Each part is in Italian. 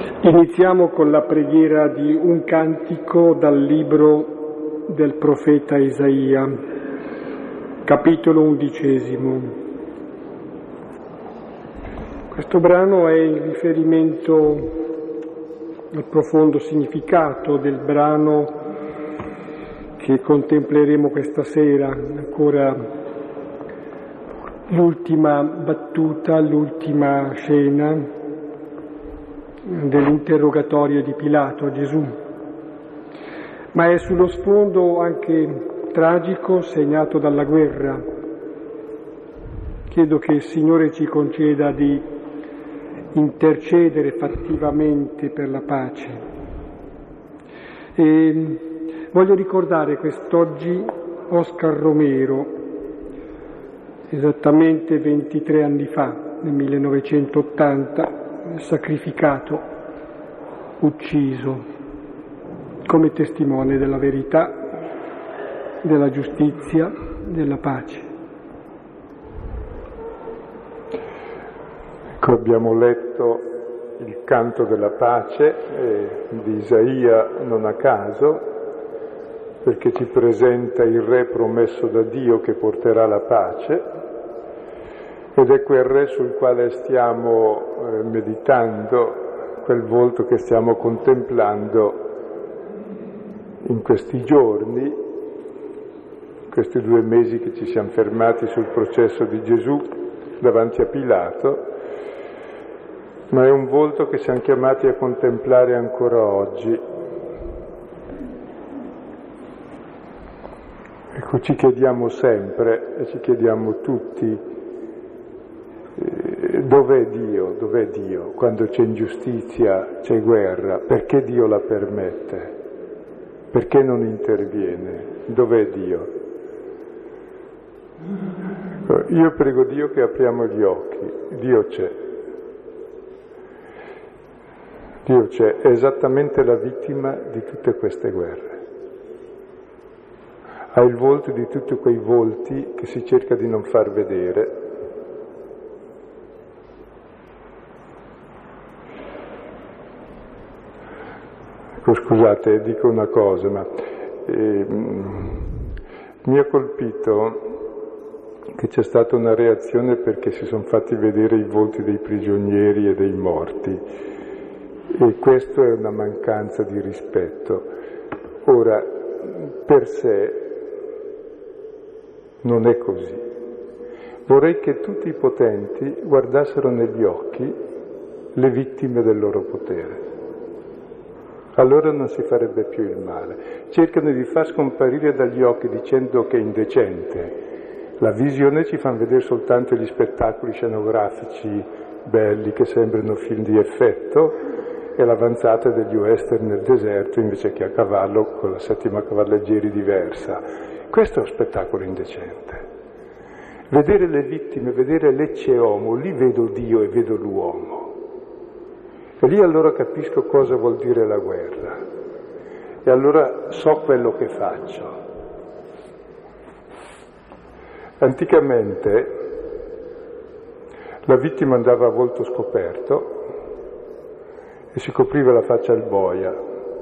Iniziamo con la preghiera di un cantico dal libro del profeta Isaia, capitolo 11. Questo brano è in riferimento al profondo significato del brano che contempleremo questa sera, ancora l'ultima battuta, l'ultima scena dell'interrogatorio di Pilato a Gesù, ma è sullo sfondo anche tragico segnato dalla guerra. Chiedo che il Signore ci conceda di intercedere fattivamente per la pace. E voglio ricordare quest'oggi Oscar Romero, esattamente 23 anni fa, nel 1980, sacrificato, ucciso, come testimone della verità, della giustizia, della pace. Ecco, abbiamo letto il canto della pace di Isaia non a caso, perché ci presenta il re promesso da Dio che porterà la pace, ed è quel re sul quale stiamo meditando, quel volto che stiamo contemplando in questi giorni, questi 2 mesi che ci siamo fermati sul processo di Gesù davanti a Pilato, ma è un volto che siamo chiamati a contemplare ancora oggi. Ecco, ci chiediamo sempre, e ci chiediamo tutti, dov'è Dio? Dov'è Dio? Quando c'è ingiustizia, c'è guerra, perché Dio la permette? Perché non interviene? Dov'è Dio? Io prego Dio che apriamo gli occhi. Dio c'è. Dio c'è, è esattamente la vittima di tutte queste guerre. Ha il volto di tutti quei volti che si cerca di non far vedere. Scusate, dico una cosa, ma mi ha colpito che c'è stata una reazione perché si sono fatti vedere i volti dei prigionieri e dei morti, e questo è una mancanza di rispetto. Ora, per sé non è così. Vorrei che tutti i potenti guardassero negli occhi le vittime del loro potere. Allora non si farebbe più il male. Cercano di far scomparire dagli occhi dicendo che è indecente. La visione ci fa vedere soltanto gli spettacoli scenografici belli che sembrano film di effetto e l'avanzata degli western nel deserto invece che a cavallo con la 7ª cavalleggeri diversa. Questo è un spettacolo indecente. Vedere le vittime, vedere l'ecce homo, lì vedo Dio e vedo l'uomo. E lì allora capisco cosa vuol dire la guerra. E allora so quello che faccio. Anticamente la vittima andava a volto scoperto e si copriva la faccia al boia,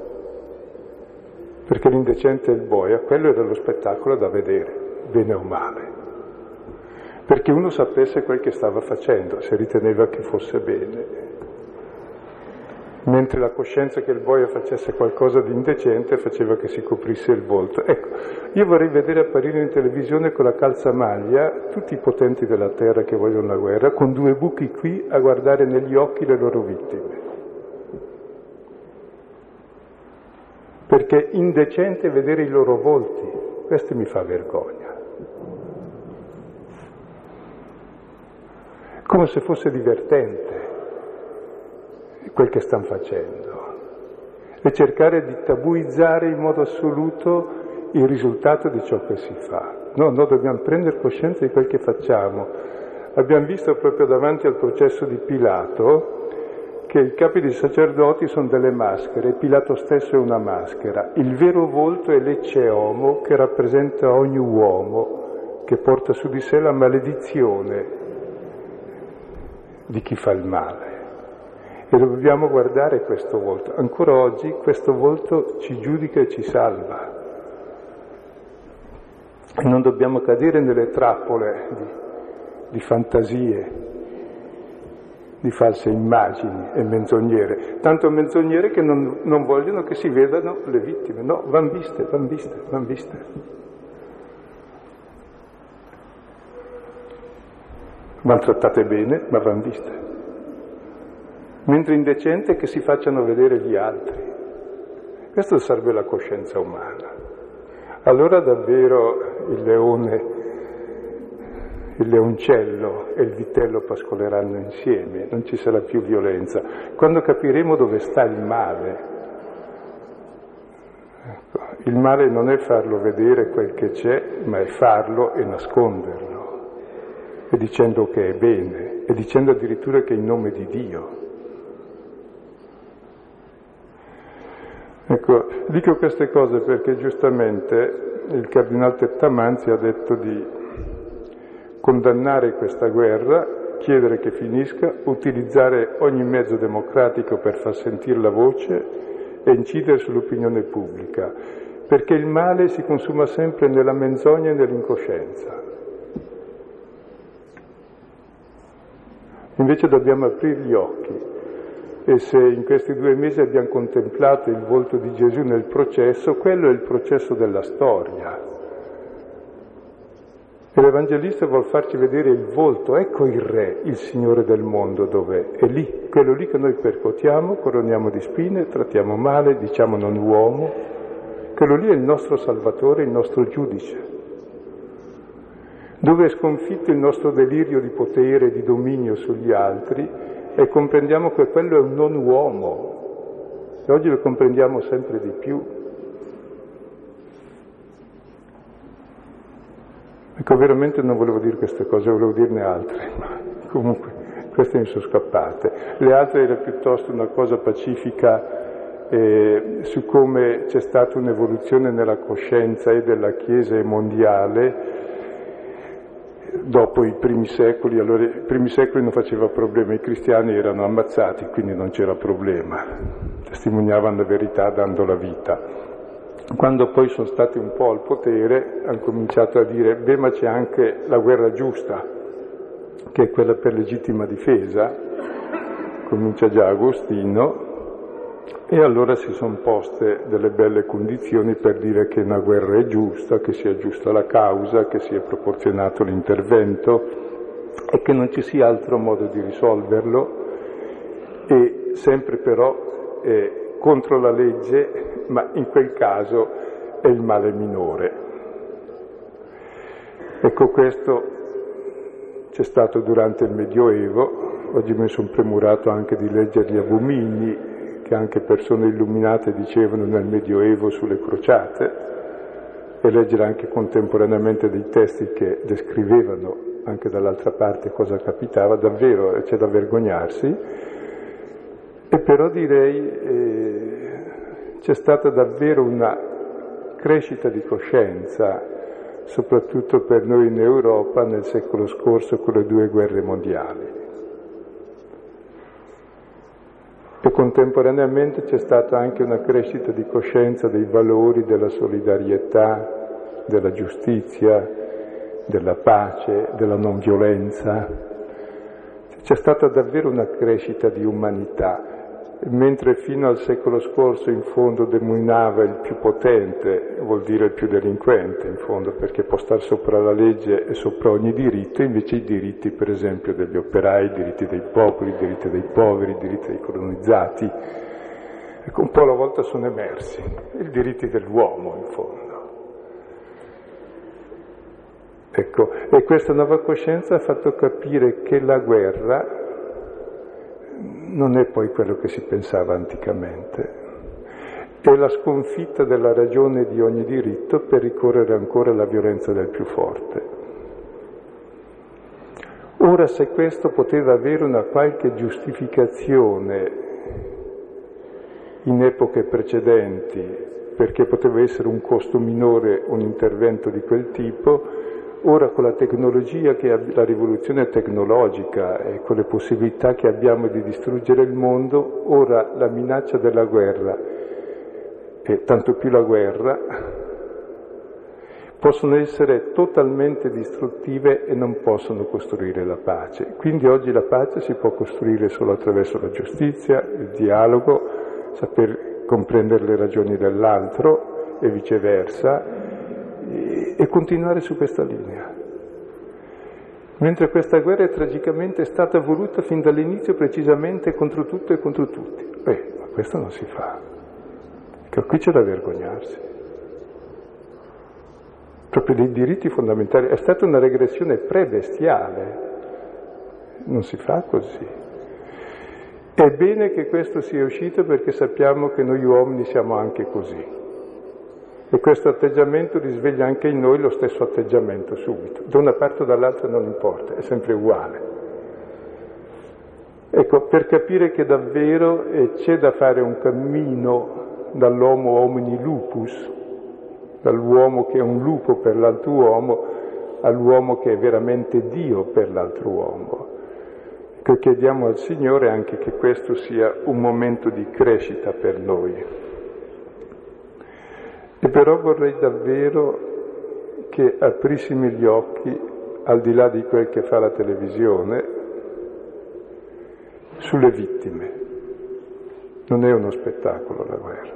perché l'indecente è il boia, quello era lo spettacolo da vedere, bene o male, perché uno sapesse quel che stava facendo, se riteneva che fosse bene. Mentre la coscienza che il boia facesse qualcosa di indecente faceva che si coprisse il volto. Ecco, io vorrei vedere apparire in televisione con la calzamaglia tutti i potenti della terra che vogliono la guerra, con 2 buchi qui a guardare negli occhi le loro vittime. Perché indecente vedere i loro volti, questo mi fa vergogna. Come se fosse divertente quel che stanno facendo, e cercare di tabuizzare in modo assoluto il risultato di ciò che si fa. No, dobbiamo prendere coscienza di quel che facciamo. Abbiamo visto proprio davanti al processo di Pilato che i capi dei sacerdoti sono delle maschere, Pilato stesso è una maschera. Il vero volto è l'ecce homo che rappresenta ogni uomo che porta su di sé la maledizione di chi fa il male. E dobbiamo guardare questo volto. Ancora oggi questo volto ci giudica e ci salva. E non dobbiamo cadere nelle trappole di fantasie, di false immagini e menzognere. Tanto menzognere che non vogliono che si vedano le vittime. No, van viste. Van trattate bene, ma van viste. Mentre indecente che si facciano vedere gli altri. Questo sarebbe la coscienza umana. Allora davvero il leone, il leoncello e il vitello pascoleranno insieme, non ci sarà più violenza. Quando capiremo dove sta il male. Ecco, il male non è farlo vedere quel che c'è, ma è farlo e nasconderlo, e dicendo che è bene, e dicendo addirittura che è in nome di Dio. Ecco, dico queste cose perché giustamente il Cardinal Tettamanzi ha detto di condannare questa guerra, chiedere che finisca, utilizzare ogni mezzo democratico per far sentire la voce e incidere sull'opinione pubblica, perché il male si consuma sempre nella menzogna e nell'incoscienza. Invece dobbiamo aprire gli occhi. E se in questi 2 mesi abbiamo contemplato il volto di Gesù nel processo, quello è il processo della storia. E l'Evangelista vuol farci vedere il volto, ecco il Re, il Signore del mondo dov'è. È lì, quello lì che noi percotiamo, coroniamo di spine, trattiamo male, diciamo non uomo. Quello lì è il nostro Salvatore, il nostro Giudice. Dove è sconfitto il nostro delirio di potere e di dominio sugli altri, e comprendiamo che quello è un non uomo, e oggi lo comprendiamo sempre di più. Ecco, veramente non volevo dire queste cose, volevo dirne altre, ma comunque queste mi sono scappate. Le altre era piuttosto una cosa pacifica su come c'è stata un'evoluzione nella coscienza e della Chiesa e mondiale dopo i primi secoli. Allora, i primi secoli non faceva problema, i cristiani erano ammazzati, quindi non c'era problema, testimoniavano la verità dando la vita. Quando poi sono stati un po' al potere, hanno cominciato a dire, beh, ma c'è anche la guerra giusta, che è quella per legittima difesa, comincia già Agostino, e allora si sono poste delle belle condizioni per dire che una guerra è giusta, che sia giusta la causa, che sia proporzionato l'intervento e che non ci sia altro modo di risolverlo, e sempre però contro la legge, ma in quel caso è il male minore. Ecco, questo c'è stato durante il Medioevo. Oggi mi sono premurato anche di leggere gli abomini che anche persone illuminate dicevano nel Medioevo sulle crociate, e leggere anche contemporaneamente dei testi che descrivevano anche dall'altra parte cosa capitava. Davvero c'è da vergognarsi. E però direi c'è stata davvero una crescita di coscienza, soprattutto per noi in Europa nel secolo scorso con le 2 guerre mondiali. E contemporaneamente c'è stata anche una crescita di coscienza dei valori della solidarietà, della giustizia, della pace, della non violenza. C'è stata davvero una crescita di umanità, mentre fino al secolo scorso in fondo dominava il più potente, vuol dire il più delinquente in fondo, perché può stare sopra la legge e sopra ogni diritto, invece i diritti per esempio degli operai, i diritti dei popoli, i diritti dei poveri, i diritti dei colonizzati, ecco, un po' alla volta sono emersi, i diritti dell'uomo in fondo. Ecco, e questa nuova coscienza ha fatto capire che la guerra non è poi quello che si pensava anticamente, è la sconfitta della ragione di ogni diritto per ricorrere ancora alla violenza del più forte. Ora, se questo poteva avere una qualche giustificazione in epoche precedenti, perché poteva essere un costo minore un intervento di quel tipo, Ora con la tecnologia, la rivoluzione tecnologica e con le possibilità che abbiamo di distruggere il mondo, ora la minaccia della guerra, e tanto più la guerra, possono essere totalmente distruttive e non possono costruire la pace. Quindi oggi la pace si può costruire solo attraverso la giustizia, il dialogo, saper comprendere le ragioni dell'altro e viceversa, e continuare su questa linea. Mentre questa guerra è tragicamente stata voluta fin dall'inizio precisamente contro tutto e contro tutti. Ma questo non si fa. Qui c'è da vergognarsi. Proprio dei diritti fondamentali. È stata una regressione pre-bestiale. Non si fa così. È bene che questo sia uscito perché sappiamo che noi uomini siamo anche così. E questo atteggiamento risveglia anche in noi lo stesso atteggiamento subito. Da una parte o dall'altra non importa, è sempre uguale. Ecco, per capire che davvero c'è da fare un cammino dall'homo homini lupus, dall'uomo che è un lupo per l'altro uomo, all'uomo che è veramente Dio per l'altro uomo. Ecco, chiediamo al Signore anche che questo sia un momento di crescita per noi. E però vorrei davvero che aprissimo gli occhi, al di là di quel che fa la televisione, sulle vittime. Non è uno spettacolo la guerra.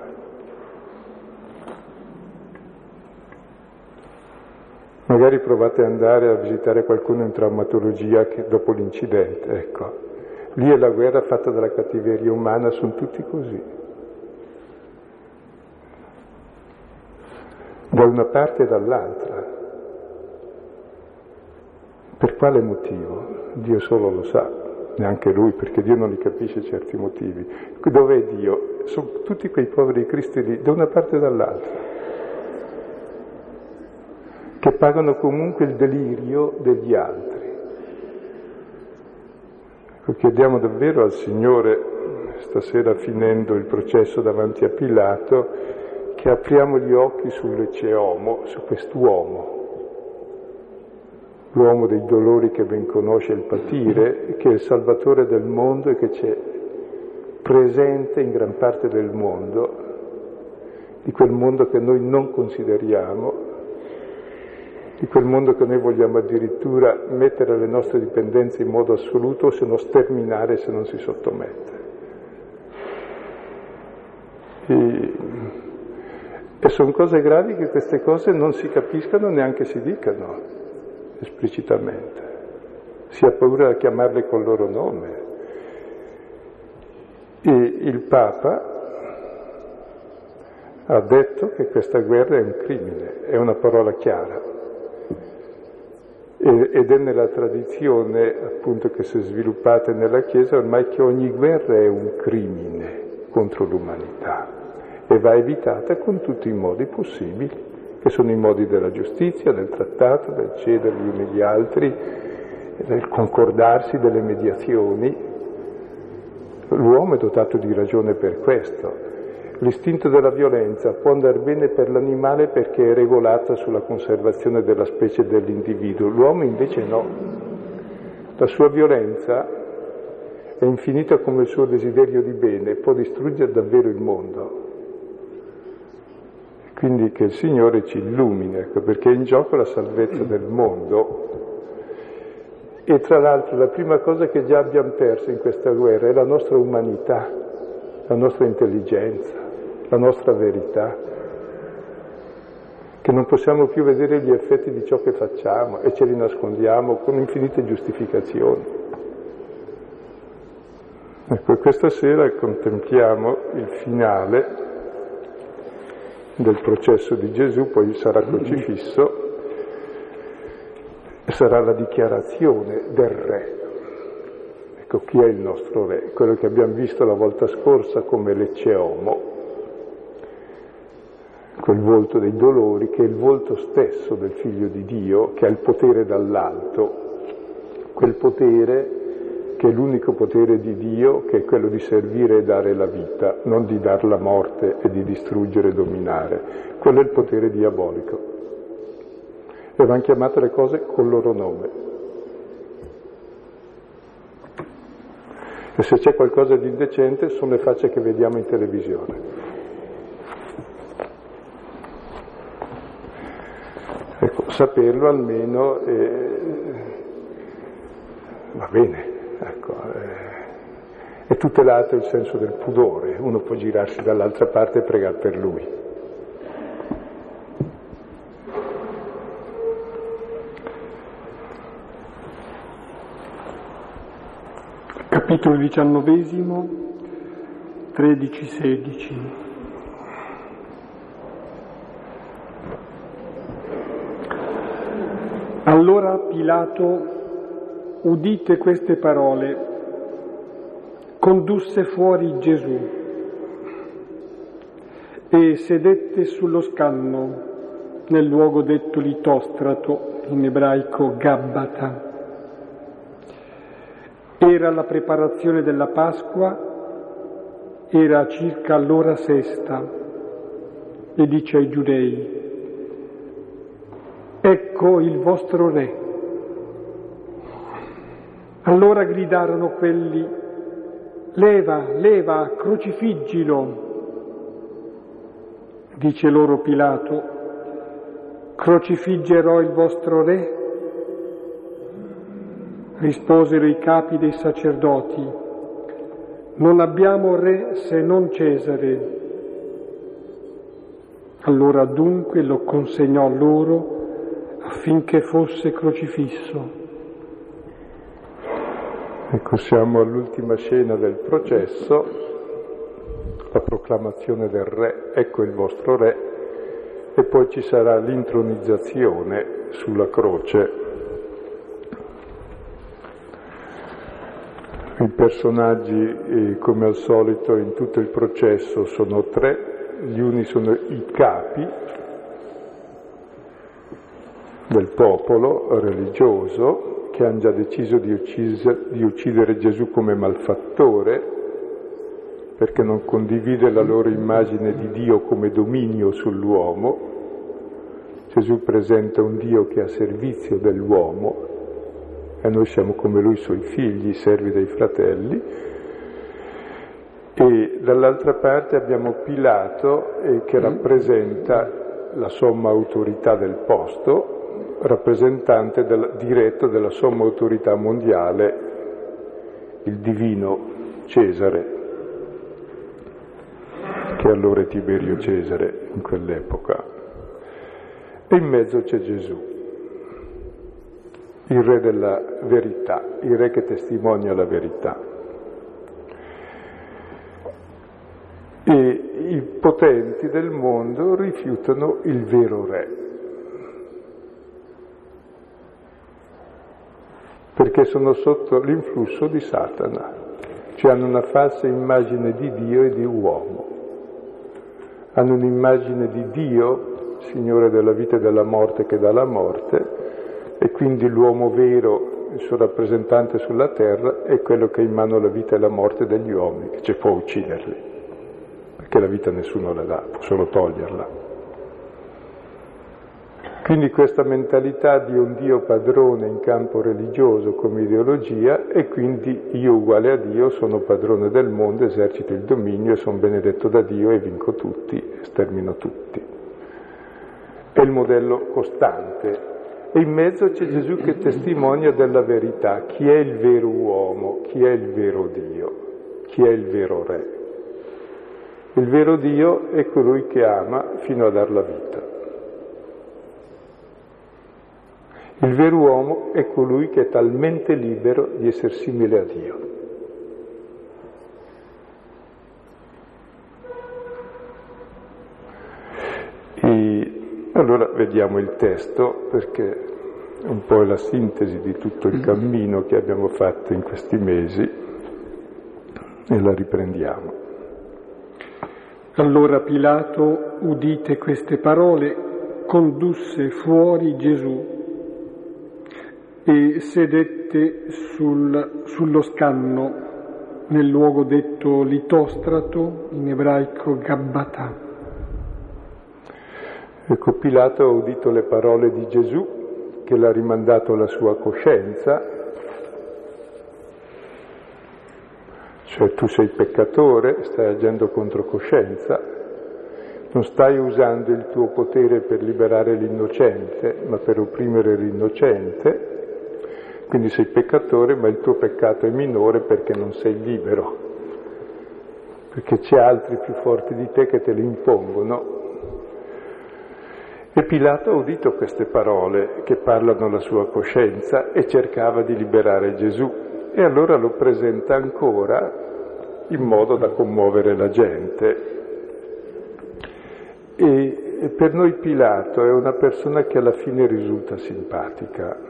Magari provate ad andare a visitare qualcuno in traumatologia dopo l'incidente, ecco. Lì è la guerra fatta dalla cattiveria umana, sono tutti così. Da una parte e dall'altra. Per quale motivo? Dio solo lo sa, neanche Lui, perché Dio non li capisce certi motivi. Dov'è Dio? Sono tutti quei poveri cristi da una parte e dall'altra, che pagano comunque il delirio degli altri. Ecco, chiediamo davvero al Signore, stasera finendo il processo davanti a Pilato, che apriamo gli occhi sull'Ecce-Homo, su quest'uomo, l'uomo dei dolori che ben conosce il patire, che è il Salvatore del mondo e che c'è presente in gran parte del mondo, di quel mondo che noi non consideriamo, di quel mondo che noi vogliamo addirittura mettere alle nostre dipendenze in modo assoluto, se non sterminare se non si sottomette. E sono cose gravi che queste cose non si capiscano neanche si dicano esplicitamente. Si ha paura di chiamarle col loro nome. E il Papa ha detto che questa guerra è un crimine, è una parola chiara. Ed è nella tradizione, appunto, che si è sviluppata nella Chiesa ormai che ogni guerra è un crimine contro l'umanità. E va evitata con tutti i modi possibili, che sono i modi della giustizia, del trattato, del cedere gli uni gli altri, del concordarsi, delle mediazioni. L'uomo è dotato di ragione per questo. L'istinto della violenza può andare bene per l'animale perché è regolata sulla conservazione della specie e dell'individuo, l'uomo invece no. La sua violenza è infinita come il suo desiderio di bene, può distruggere davvero il mondo. Quindi che il Signore ci illumini, ecco, perché è in gioco la salvezza del mondo. E tra l'altro la prima cosa che già abbiamo perso in questa guerra è la nostra umanità, la nostra intelligenza, la nostra verità, che non possiamo più vedere gli effetti di ciò che facciamo e ce li nascondiamo con infinite giustificazioni. Ecco, questa sera contempliamo il finale del processo di Gesù, poi sarà crocifisso, e sarà la dichiarazione del Re. Ecco, chi è il nostro Re? Quello che abbiamo visto la volta scorsa come l'Ecce-Homo, quel volto dei dolori, che è il volto stesso del Figlio di Dio, che ha il potere dall'alto, quel potere che è l'unico potere di Dio, che è quello di servire e dare la vita, non di dar la morte e di distruggere e dominare. Quello è il potere diabolico. e avevano chiamato le cose col loro nome. E se c'è qualcosa di indecente sono le facce che vediamo in televisione. Ecco, saperlo almeno va bene, ecco, è tutelato il senso del pudore, uno può girarsi dall'altra parte e pregare per lui. Capitolo 19, 13-16. Allora Pilato, udite queste parole, condusse fuori Gesù e sedette sullo scanno nel luogo detto Litostrato, in ebraico Gabbata. Era la preparazione della Pasqua, era circa l'ora sesta, e dice ai giudei: ecco il vostro re. Allora gridarono quelli: leva, leva, crocifiggilo. Dice loro Pilato: crocifiggerò il vostro re? Risposero i capi dei sacerdoti: non abbiamo re se non Cesare. Allora dunque lo consegnò loro affinché fosse crocifisso. Ecco, siamo all'ultima scena del processo, la proclamazione del re, ecco il vostro re, e poi ci sarà l'intronizzazione sulla croce. I personaggi, come al solito in tutto il processo, sono tre. Gli uni sono i capi del popolo religioso, che hanno già deciso di uccidere Gesù come malfattore, perché non condivide la loro immagine di Dio come dominio sull'uomo. Gesù presenta un Dio che è a servizio dell'uomo, e noi siamo come lui, suoi figli, servi dei fratelli. E dall'altra parte abbiamo Pilato che rappresenta la somma autorità del posto, rappresentante diretto della somma autorità mondiale, il divino Cesare, che allora è Tiberio Cesare in quell'epoca. E in mezzo c'è Gesù, il re della verità, il re che testimonia la verità. E i potenti del mondo rifiutano il vero re, perché sono sotto l'influsso di Satana, cioè hanno una falsa immagine di Dio e di uomo. Hanno un'immagine di Dio, Signore della vita e della morte, che dà la morte, e quindi l'uomo vero, il suo rappresentante sulla terra, è quello che ha in mano la vita e la morte degli uomini, che può ucciderli, perché la vita nessuno la dà, può solo toglierla. Quindi questa mentalità di un Dio padrone in campo religioso come ideologia, e quindi io uguale a Dio sono padrone del mondo, esercito il dominio e sono benedetto da Dio e vinco tutti, stermino tutti. È il modello costante. E in mezzo c'è Gesù che testimonia della verità. Chi è il vero uomo? Chi è il vero Dio? Chi è il vero re? Il vero Dio è colui che ama fino a dar la vita. Il vero uomo è colui che è talmente libero di essere simile a Dio. Allora vediamo il testo, perché un po' è la sintesi di tutto il cammino che abbiamo fatto in questi mesi, e la riprendiamo. Allora Pilato, udite queste parole, condusse fuori Gesù e sedette sullo scanno nel luogo detto Litostrato, in ebraico Gabbata. Ecco, Pilato ha udito le parole di Gesù che l'ha rimandato alla sua coscienza, cioè tu sei peccatore, stai agendo contro coscienza, non stai usando il tuo potere per liberare l'innocente, ma per opprimere l'innocente, quindi sei peccatore, ma il tuo peccato è minore perché non sei libero, perché c'è altri più forti di te che te li impongono. E Pilato ha udito queste parole che parlano alla sua coscienza e cercava di liberare Gesù, e allora lo presenta ancora in modo da commuovere la gente. E per noi Pilato è una persona che alla fine risulta simpatica,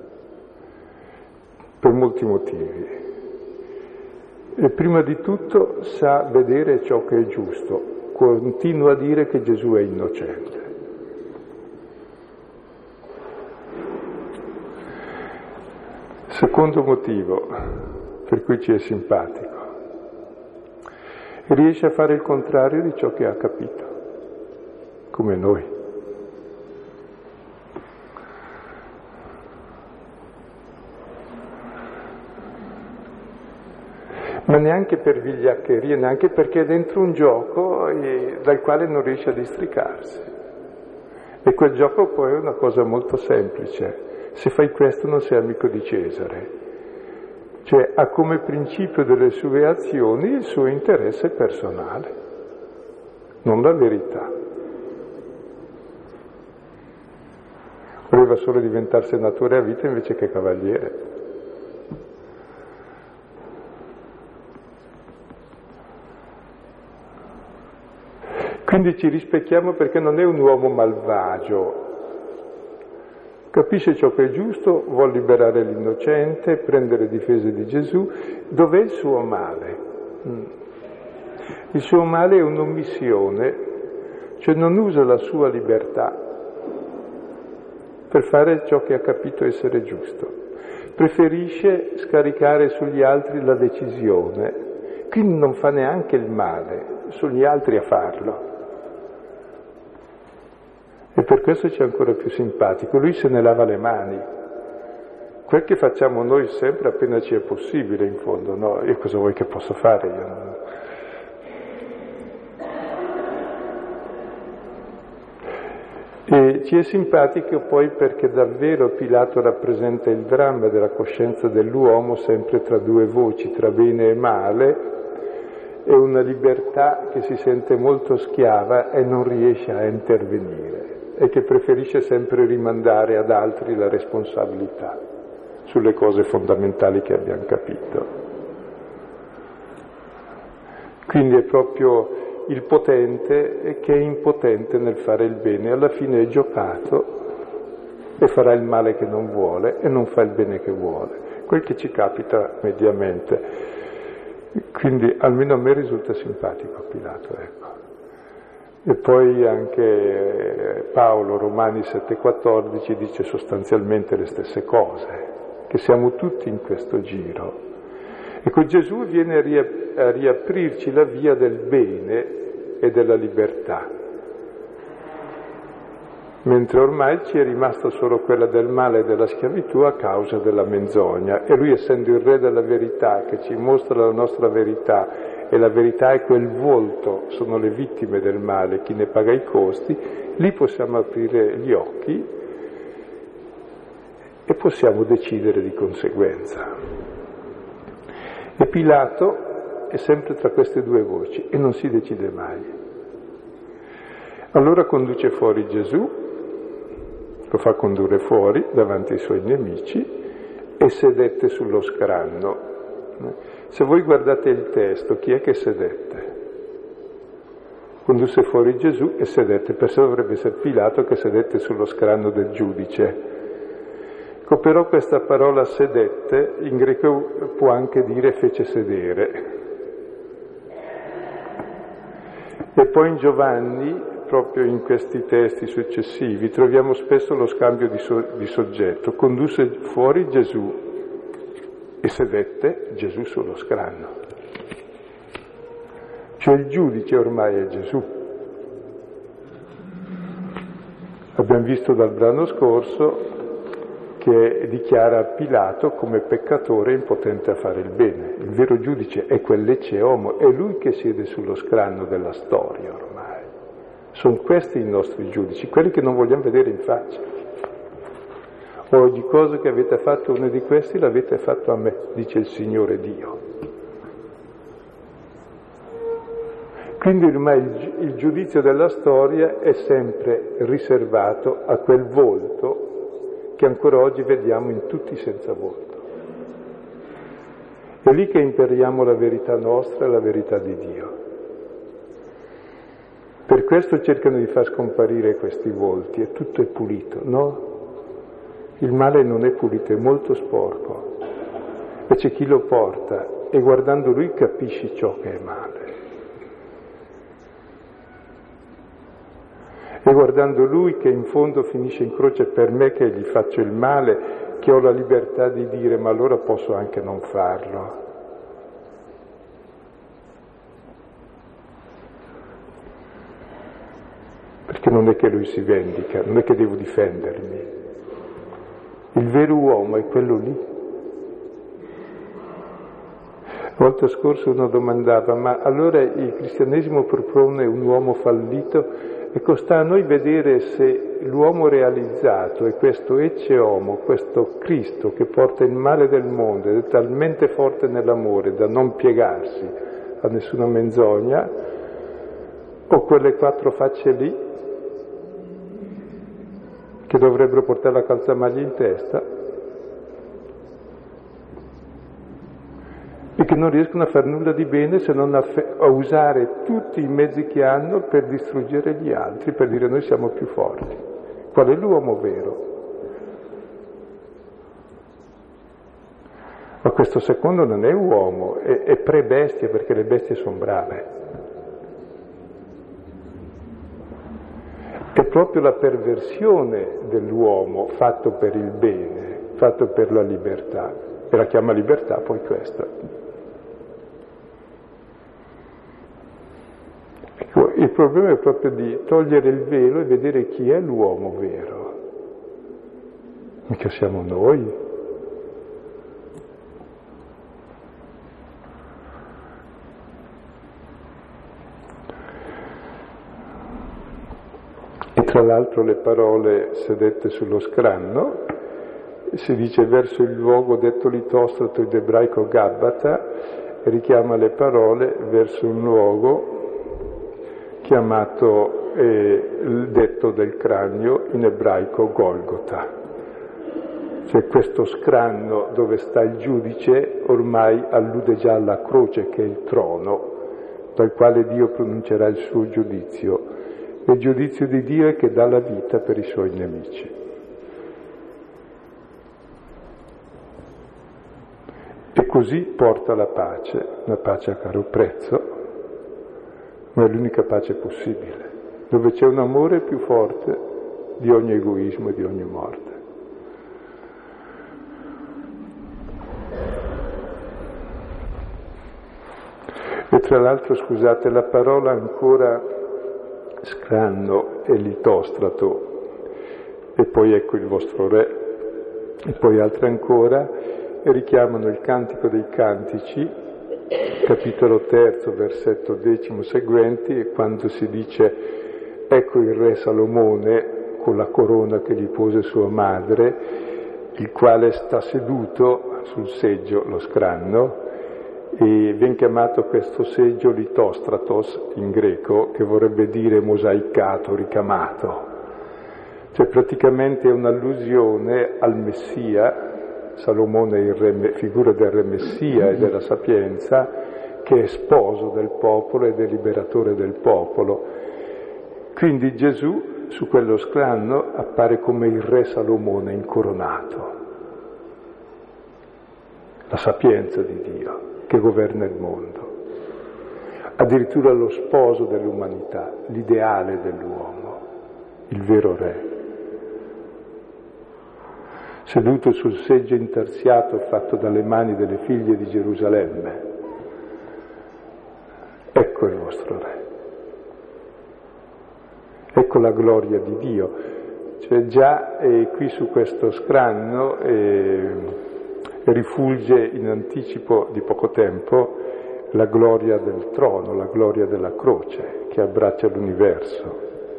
per molti motivi. E prima di tutto sa vedere ciò che è giusto, continua a dire che Gesù è innocente. Secondo motivo per cui ci è simpatico, riesce a fare il contrario di ciò che ha capito, come noi. Ma neanche per vigliaccheria, neanche perché è dentro un gioco dal quale non riesce a districarsi. E quel gioco poi è una cosa molto semplice. Se fai questo non sei amico di Cesare. Cioè ha come principio delle sue azioni il suo interesse personale, non la verità. Voleva solo diventare senatore a vita invece che cavaliere. Quindi ci rispecchiamo perché non è un uomo malvagio, capisce ciò che è giusto, vuol liberare l'innocente, prendere difese di Gesù. Dov'è il suo male? Il suo male è un'omissione, cioè non usa la sua libertà per fare ciò che ha capito essere giusto. Preferisce scaricare sugli altri la decisione, quindi non fa neanche il male, sono gli altri a farlo. E per questo ci è ancora più simpatico, lui se ne lava le mani. Quel che facciamo noi sempre appena ci è possibile, in fondo, no? Io cosa vuoi che posso fare? Io non... E ci è simpatico poi perché davvero Pilato rappresenta il dramma della coscienza dell'uomo sempre tra due voci, tra bene e male, e una libertà che si sente molto schiava e non riesce a intervenire, e che preferisce sempre rimandare ad altri la responsabilità sulle cose fondamentali che abbiamo capito. Quindi è proprio il potente che è impotente nel fare il bene, alla fine è giocato e farà il male che non vuole e non fa il bene che vuole, quel che ci capita mediamente. Quindi almeno a me risulta simpatico Pilato, ecco. E poi anche Paolo, Romani 7,14, dice sostanzialmente le stesse cose, che siamo tutti in questo giro. Ecco, Gesù viene a riaprirci la via del bene e della libertà, mentre ormai ci è rimasta solo quella del male e della schiavitù a causa della menzogna. E lui, essendo il re della verità, che ci mostra la nostra verità, e la verità è quel volto, sono le vittime del male, chi ne paga i costi, lì possiamo aprire gli occhi e possiamo decidere di conseguenza. E Pilato è sempre tra queste due voci e non si decide mai. Allora conduce fuori Gesù, lo fa condurre fuori davanti ai suoi nemici e sedette sullo scranno. Se voi guardate il testo, chi è che sedette? Condusse fuori Gesù e sedette, perciò dovrebbe essere Pilato che sedette sullo scranno del giudice. Ecco, però questa parola sedette in greco può anche dire fece sedere. E poi in Giovanni, proprio in questi testi successivi, troviamo spesso lo scambio di soggetto. Condusse fuori Gesù e sedette Gesù sullo scranno. Cioè il giudice ormai è Gesù. Abbiamo visto dal brano scorso che dichiara Pilato come peccatore impotente a fare il bene. Il vero giudice è quell'ecce homo, è lui che siede sullo scranno della storia ormai. Sono questi i nostri giudici, quelli che non vogliamo vedere in faccia. Ogni cosa che avete fatto uno di questi l'avete fatto a me, dice il Signore Dio. Quindi ormai il giudizio della storia è sempre riservato a quel volto che ancora oggi vediamo in tutti senza volto. È lì che impariamo la verità nostra e la verità di Dio. Per questo cercano di far scomparire questi volti e tutto è pulito, no? Il male non è pulito, è molto sporco. E c'è chi lo porta e guardando lui capisci ciò che è male. E guardando lui che in fondo finisce in croce per me che gli faccio il male, che ho la libertà di dire ma allora posso anche non farlo. Perché non è che lui si vendica, non è che devo difendermi. Il vero uomo è quello lì. La volta scorsa uno domandava, ma allora il cristianesimo propone un uomo fallito? Ecco, sta a noi vedere se l'uomo realizzato è questo ecce homo, questo Cristo che porta il male del mondo ed è talmente forte nell'amore da non piegarsi a nessuna menzogna, o quelle quattro facce lì che dovrebbero portare la calzamaglia in testa e che non riescono a fare nulla di bene se non a usare tutti i mezzi che hanno per distruggere gli altri, per dire noi siamo più forti. Qual è l'uomo vero? Ma questo secondo non è uomo, è pre-bestia, perché le bestie sono brave. È proprio la perversione dell'uomo fatto per il bene, fatto per la libertà. E la chiama libertà poi questa. Il problema è proprio di togliere il velo e vedere chi è l'uomo vero. Mica siamo noi. E tra l'altro le parole sedette sullo scranno, si dice verso il luogo detto Litostrato ed ebraico Gabbata, e richiama le parole verso un luogo chiamato il detto del cranio in ebraico Golgota. Cioè questo scranno dove sta il giudice ormai allude già alla croce che è il trono dal quale Dio pronuncerà il suo giudizio. E il giudizio di Dio è che dà la vita per i suoi nemici. E così porta la pace, una pace a caro prezzo, ma è l'unica pace possibile, dove c'è un amore più forte di ogni egoismo e di ogni morte. E tra l'altro, scusate, la parola ancora scranno e litostrato, e poi ecco il vostro re, e poi altre ancora, e richiamano il Cantico dei Cantici, capitolo 3, versetto 10 seguenti, quando si dice ecco il re Salomone con la corona che gli pose sua madre, il quale sta seduto sul seggio, lo scranno, e viene chiamato questo seggio litostratos in greco, che vorrebbe dire mosaicato, ricamato. Cioè praticamente è un'allusione al Messia. Salomone è il re, figura del re Messia e della sapienza, che è sposo del popolo ed è liberatore del popolo. Quindi Gesù su quello scranno appare come il re Salomone incoronato, la sapienza di Dio che governa il mondo, addirittura lo sposo dell'umanità, l'ideale dell'uomo, il vero re. Seduto sul seggio intarsiato fatto dalle mani delle figlie di Gerusalemme. Ecco il vostro re. Ecco la gloria di Dio. Cioè già qui su questo scranno rifulge in anticipo di poco tempo la gloria del trono, la gloria della croce che abbraccia l'universo.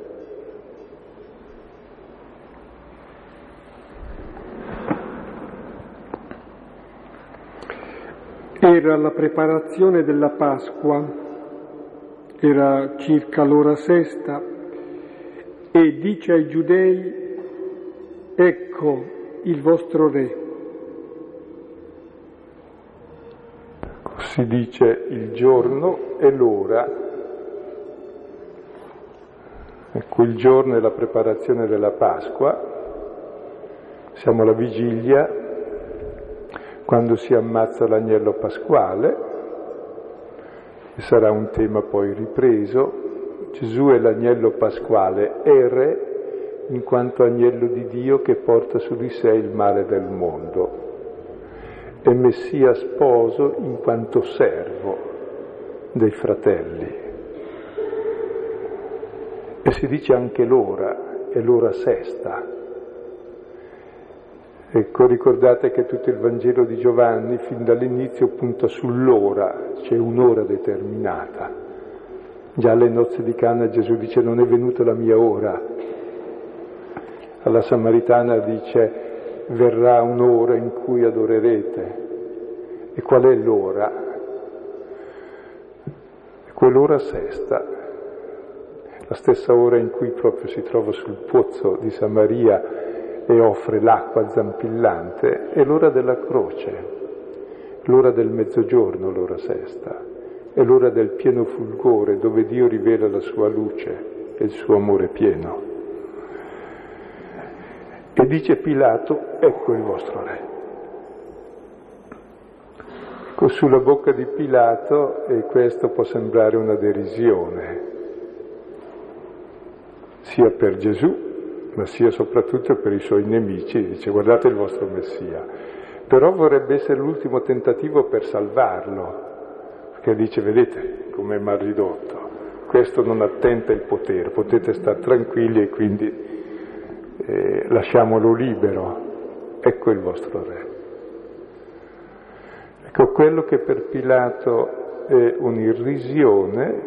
Era la preparazione della Pasqua, era circa l'ora sesta, e dice ai giudei: ecco il vostro re. Si dice il giorno e l'ora. Ecco, il giorno è la preparazione della Pasqua, siamo alla vigilia, quando si ammazza l'agnello pasquale, e sarà un tema poi ripreso. Gesù è l'agnello pasquale, è re in quanto agnello di Dio che porta su di sé il male del mondo. È Messia sposo in quanto servo dei fratelli. E si dice anche l'ora, è l'ora sesta. Ecco, ricordate che tutto il Vangelo di Giovanni fin dall'inizio punta sull'ora, c'è un'ora determinata. Già alle nozze di Cana Gesù dice: non è venuta la mia ora. Alla Samaritana dice: verrà un'ora in cui adorerete. E qual è l'ora? È quell'ora sesta, la stessa ora in cui proprio si trova sul pozzo di Samaria e offre l'acqua zampillante, è l'ora della croce, l'ora del mezzogiorno, l'ora sesta, è l'ora del pieno fulgore, dove Dio rivela la sua luce e il suo amore pieno. E dice Pilato: ecco il vostro re. Sulla bocca di Pilato, e questo può sembrare una derisione, sia per Gesù, ma sia soprattutto per i suoi nemici. Dice: guardate il vostro Messia. Però vorrebbe essere l'ultimo tentativo per salvarlo, perché dice: vedete com'è mal ridotto, questo non attenta il potere, potete stare tranquilli e quindi lasciamolo libero, ecco il vostro re. Ecco, quello che per Pilato è un'irrisione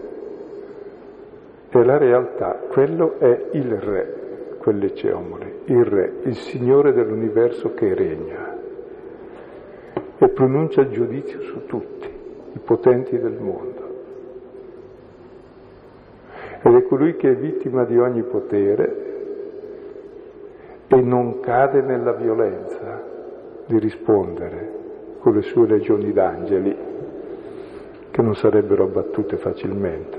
è la realtà, quello è il re, quell'Ecce Homoris, il re, il Signore dell'universo che regna e pronuncia giudizio su tutti i potenti del mondo. Ed è colui che è vittima di ogni potere e non cade nella violenza di rispondere con le sue legioni d'angeli, che non sarebbero abbattute facilmente,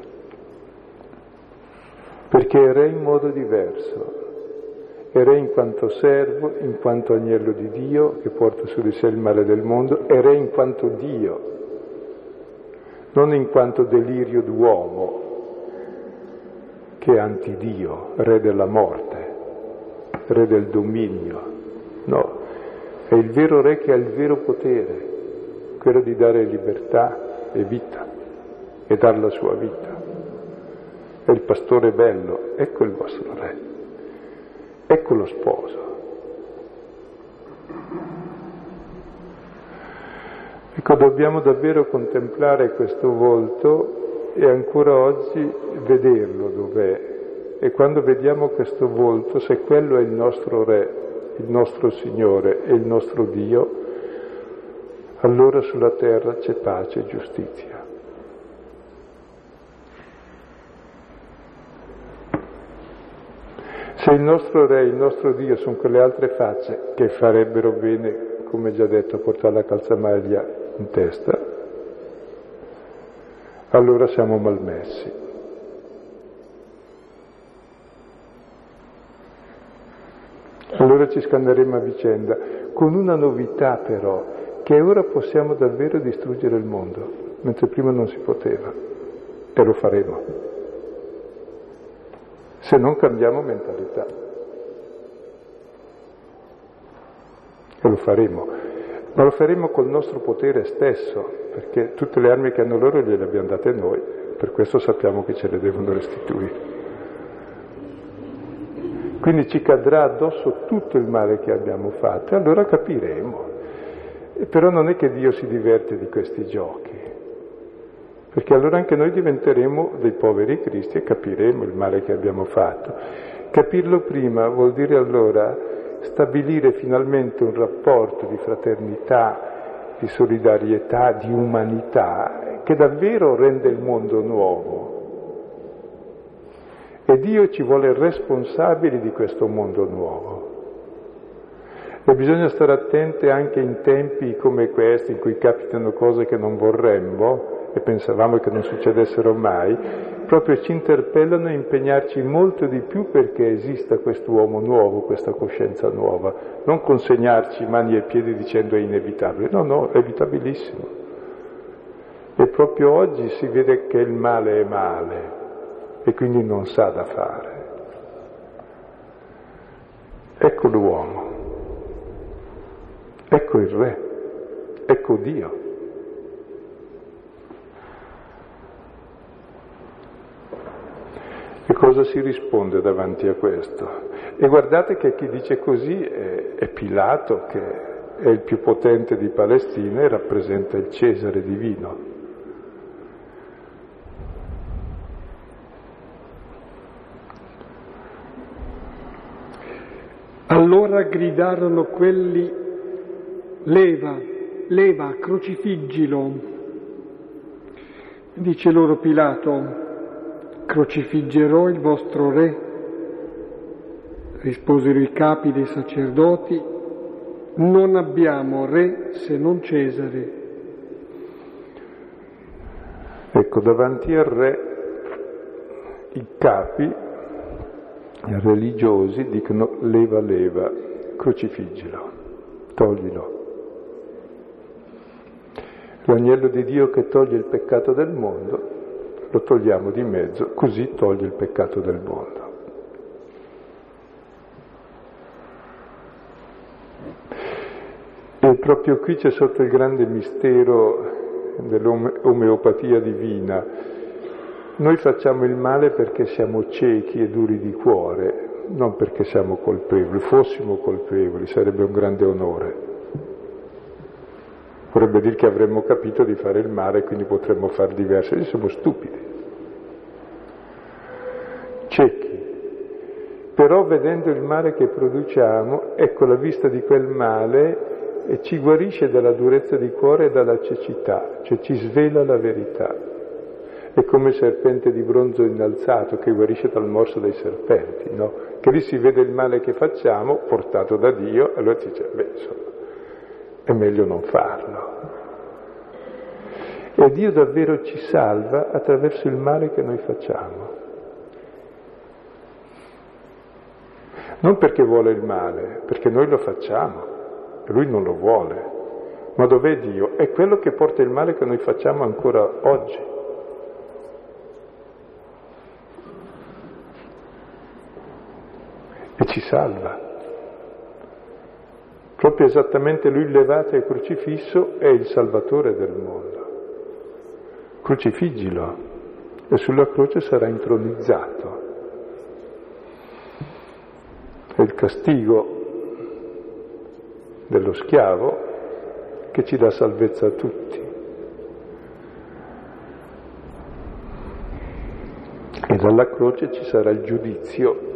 perché è re in modo diverso, è re in quanto servo, in quanto agnello di Dio che porta su di sé il male del mondo, è re in quanto Dio, non in quanto delirio d'uomo che è antidio, re della morte, re del dominio. No, è il vero re che ha il vero potere, quello di dare libertà e vita e dar la sua vita. È il pastore bello, ecco il vostro re, ecco lo sposo. Ecco, dobbiamo davvero contemplare questo volto e ancora oggi vederlo dov'è. E quando vediamo questo volto, se quello è il nostro re, il nostro Signore e il nostro Dio, allora sulla terra c'è pace e giustizia. Se il nostro Re, il nostro Dio sono quelle altre facce che farebbero bene, come già detto, a portare la calzamaglia in testa, allora siamo malmessi. Allora ci scanneremo a vicenda, con una novità però, che ora possiamo davvero distruggere il mondo, mentre prima non si poteva, e lo faremo, se non cambiamo mentalità. E lo faremo, ma lo faremo col nostro potere stesso, perché tutte le armi che hanno loro gliele abbiamo date noi, per questo sappiamo che ce le devono restituire. quindi ci cadrà addosso tutto il male che abbiamo fatto, e allora capiremo. Però non è che Dio si diverte di questi giochi, perché allora anche noi diventeremo dei poveri cristi e capiremo il male che abbiamo fatto. Capirlo prima vuol dire allora stabilire finalmente un rapporto di fraternità, di solidarietà, di umanità, che davvero rende il mondo nuovo. E Dio ci vuole responsabili di questo mondo nuovo. E bisogna stare attenti anche in tempi come questi, in cui capitano cose che non vorremmo, e pensavamo che non succedessero mai, proprio ci interpellano a impegnarci molto di più perché esista quest'uomo nuovo, questa coscienza nuova, non consegnarci mani e piedi dicendo è inevitabile, no, è evitabilissimo. E proprio oggi si vede che il male è male e quindi non sa da fare. Ecco l'uomo, ecco il re, ecco Dio. E cosa si risponde davanti a questo? E guardate che chi dice così è Pilato, che è il più potente di Palestina e rappresenta il Cesare divino. Allora gridarono quelli: leva, leva, crocifiggilo. Dice loro Pilato: crocifiggerò il vostro re? Risposero i capi dei sacerdoti: non abbiamo re se non Cesare. Ecco, davanti al re i capi religiosi dicono: leva, leva, crocifiggilo, toglilo. L'agnello di Dio che toglie il peccato del mondo, lo togliamo di mezzo, così toglie il peccato del mondo. E proprio qui c'è sotto il grande mistero dell'omeopatia divina. Noi facciamo il male perché siamo ciechi e duri di cuore, non perché siamo colpevoli. Fossimo colpevoli sarebbe un grande onore. Vorrebbe dire che avremmo capito di fare il male e quindi potremmo far diverso. Noi siamo stupidi, ciechi. Però vedendo il male che produciamo, ecco la vista di quel male e ci guarisce dalla durezza di cuore e dalla cecità, cioè ci svela la verità. È come il serpente di bronzo innalzato che guarisce dal morso dei serpenti, no? Che lì si vede il male che facciamo, portato da Dio, e allora si dice, insomma, è meglio non farlo. E Dio davvero ci salva attraverso il male che noi facciamo. Non perché vuole il male, perché noi lo facciamo, e Lui non lo vuole. Ma dov'è Dio? È quello che porta il male che noi facciamo ancora oggi. E ci salva. Proprio esattamente Lui levato e crocifisso è il Salvatore del mondo. Crocifiggilo e sulla croce sarà intronizzato. È il castigo dello schiavo che ci dà salvezza a tutti. E dalla croce ci sarà il giudizio,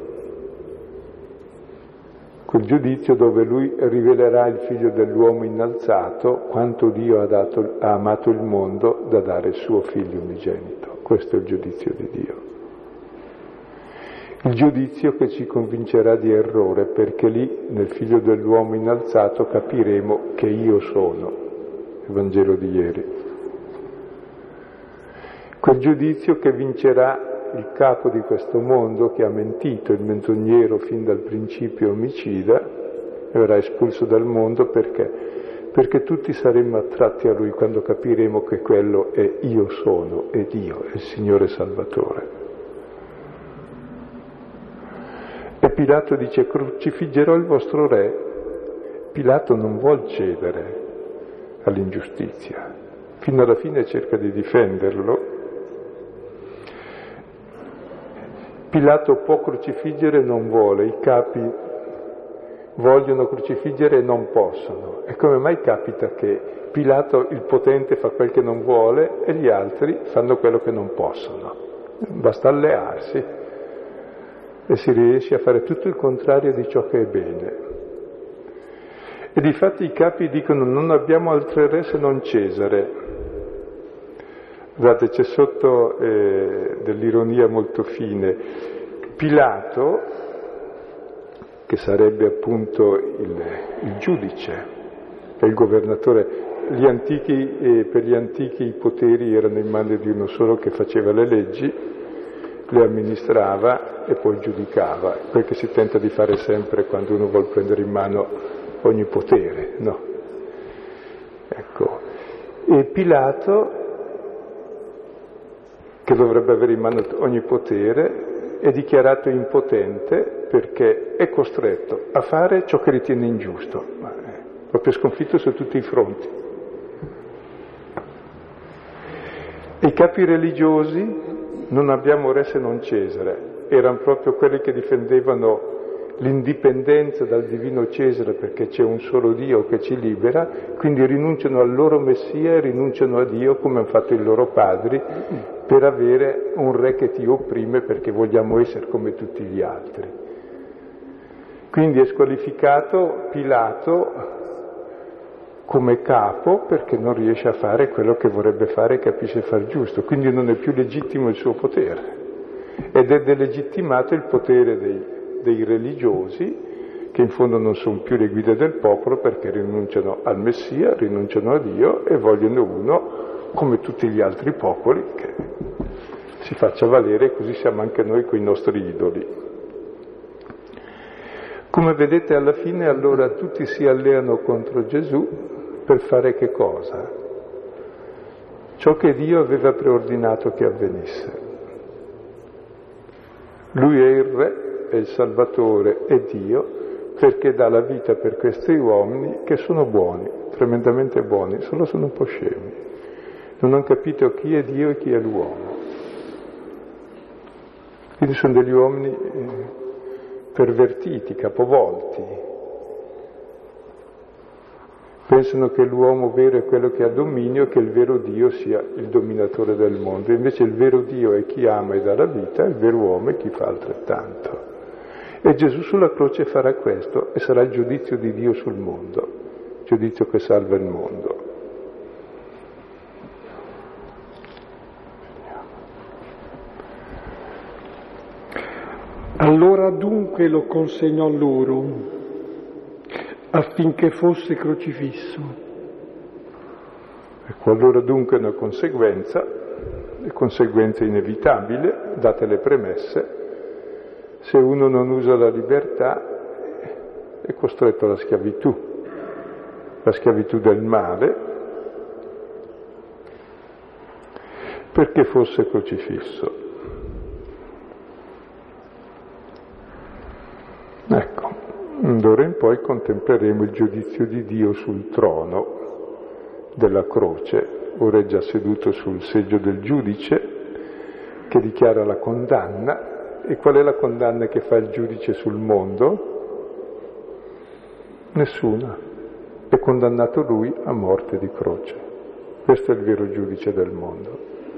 quel giudizio dove Lui rivelerà il Figlio dell'uomo innalzato, quanto Dio ha amato il mondo da dare il suo Figlio unigenito. Questo è il giudizio di Dio. Il giudizio che ci convincerà di errore, perché lì nel Figlio dell'uomo innalzato capiremo che io sono, il Vangelo di ieri. Quel giudizio che vincerà il capo di questo mondo che ha mentito, il menzognero fin dal principio omicida, e verrà espulso dal mondo perché tutti saremmo attratti a lui quando capiremo che quello è io sono, è Dio, è il Signore Salvatore. E Pilato dice: crocifiggerò il vostro re. Pilato non vuol cedere all'ingiustizia, fino alla fine cerca di difenderlo. Pilato può crocifiggere e non vuole, i capi vogliono crocifiggere e non possono. E come mai capita che Pilato, il potente, fa quel che non vuole e gli altri fanno quello che non possono? Basta allearsi e si riesce a fare tutto il contrario di ciò che è bene. E difatti i capi dicono: non abbiamo altro re se non Cesare. Guardate, c'è sotto dell'ironia molto fine. Pilato, che sarebbe appunto il giudice, è il governatore, per gli antichi i poteri erano in mano di uno solo che faceva le leggi, le amministrava e poi giudicava, quel che si tenta di fare sempre quando uno vuole prendere in mano ogni potere, no? Ecco. E Pilato, che dovrebbe avere in mano ogni potere, è dichiarato impotente perché è costretto a fare ciò che ritiene ingiusto, ma è proprio sconfitto su tutti i fronti. E i capi religiosi, non abbiamo re se non Cesare, erano proprio quelli che difendevano l'indipendenza dal divino Cesare perché c'è un solo Dio che ci libera, quindi rinunciano al loro Messia e rinunciano a Dio come hanno fatto i loro padri per avere un re che ti opprime perché vogliamo essere come tutti gli altri. Quindi è squalificato Pilato come capo perché non riesce a fare quello che vorrebbe fare e capisce far giusto, quindi non è più legittimo il suo potere ed è delegittimato il potere dei religiosi, che in fondo non sono più le guide del popolo perché rinunciano al Messia, rinunciano a Dio e vogliono uno come tutti gli altri popoli che si faccia valere, così siamo anche noi con i nostri idoli. Come vedete alla fine allora tutti si alleano contro Gesù per fare che cosa? Ciò che Dio aveva preordinato che avvenisse. Lui è il Re, è il Salvatore, è Dio, perché dà la vita per questi uomini che sono buoni, tremendamente buoni, solo sono un po' scemi. Non hanno capito chi è Dio e chi è l'uomo. Quindi sono degli uomini pervertiti, capovolti. Pensano che l'uomo vero è quello che ha dominio e che il vero Dio sia il dominatore del mondo. Invece il vero Dio è chi ama e dà la vita, il vero uomo è chi fa altrettanto. E Gesù sulla croce farà questo e sarà il giudizio di Dio sul mondo, il giudizio che salva il mondo. Allora dunque lo consegnò loro affinché fosse crocifisso. Ecco, allora dunque è una conseguenza, è conseguenza inevitabile, date le premesse. Se uno non usa la libertà è costretto alla schiavitù del male, perché fosse crocifisso. Ecco, d'ora in poi contempleremo il giudizio di Dio sul trono della croce. Ora è già seduto sul seggio del giudice che dichiara la condanna. E qual è la condanna che fa il giudice sul mondo? Nessuna. È condannato lui a morte di croce. Questo è il vero giudice del mondo.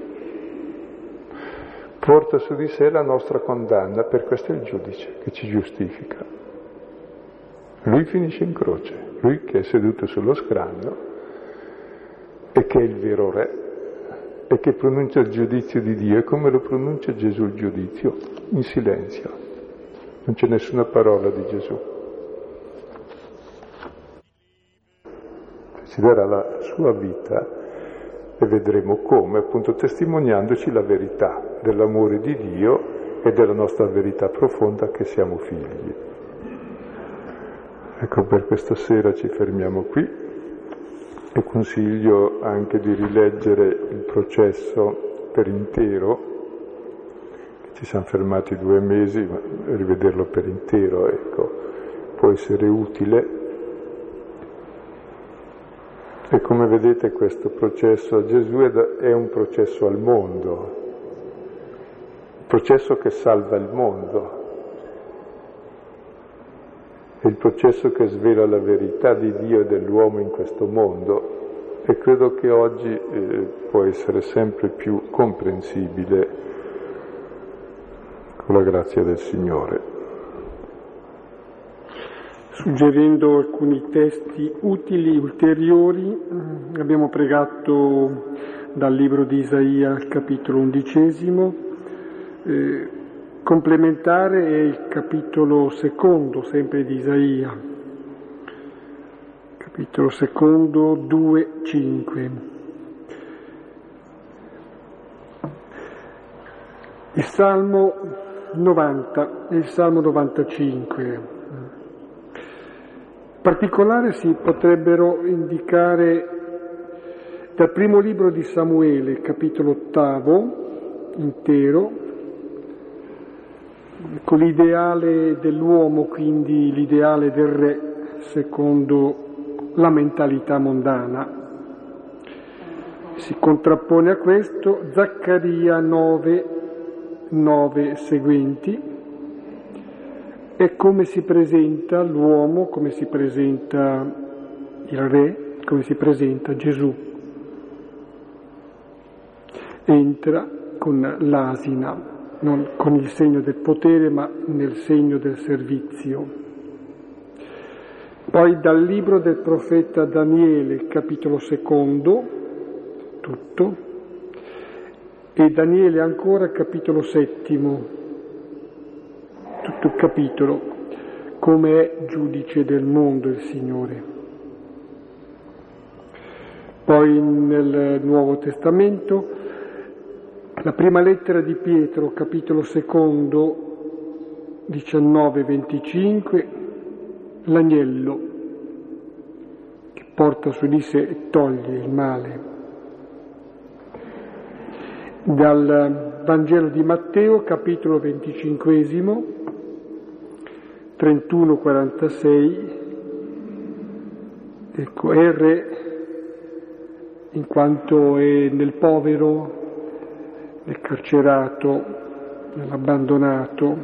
Porta su di sé la nostra condanna, per questo è il giudice che ci giustifica. Lui finisce in croce, lui che è seduto sullo scranno e che è il vero re e che pronuncia il giudizio di Dio. E come lo pronuncia Gesù il giudizio? In silenzio. Non c'è nessuna parola di Gesù. Ci darà la sua vita e vedremo come, appunto testimoniandoci la verità dell'amore di Dio e della nostra verità profonda che siamo figli. Ecco, per questa sera ci fermiamo qui. E consiglio anche di rileggere il processo per intero, che ci siamo fermati 2 mesi, ma rivederlo per intero, ecco, può essere utile. E come vedete questo processo a Gesù è un processo al mondo, processo che salva il mondo, è il processo che svela la verità di Dio e dell'uomo in questo mondo, e credo che oggi può essere sempre più comprensibile con la grazia del Signore. Suggerendo alcuni testi utili, ulteriori, abbiamo pregato dal libro di Isaia, capitolo 11, complementare è il capitolo 2, sempre di Isaia, capitolo 2, 2, 5. Il Salmo 90 e il Salmo 95. In particolare si potrebbero indicare dal primo libro di Samuele, capitolo 8, intero, con l'ideale dell'uomo, quindi l'ideale del re, secondo la mentalità mondana. Si contrappone a questo Zaccaria 9 seguenti, è come si presenta l'uomo, come si presenta il re, come si presenta Gesù. Entra con l'asina, non con il segno del potere, ma nel segno del servizio. Poi dal libro del profeta Daniele, capitolo 2, tutto, e Daniele ancora, capitolo 7, tutto il capitolo, come è giudice del mondo il Signore. Poi nel Nuovo Testamento, la prima lettera di Pietro, capitolo 2, 19-25, l'agnello che porta su di sé e toglie il male. Dal Vangelo di Matteo, capitolo 25, 31-46, ecco, è il re in quanto è nel povero, nel carcerato, nell'abbandonato,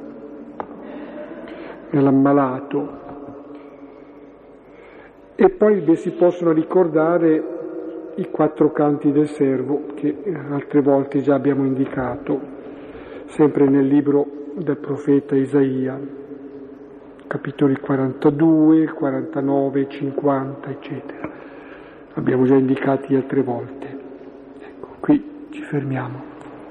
nell'ammalato. E poi si possono ricordare i 4 canti del servo che altre volte già abbiamo indicato, sempre nel libro del profeta Isaia, capitoli 42, 49, 50, eccetera. Abbiamo già indicati altre volte. Ecco, qui ci fermiamo.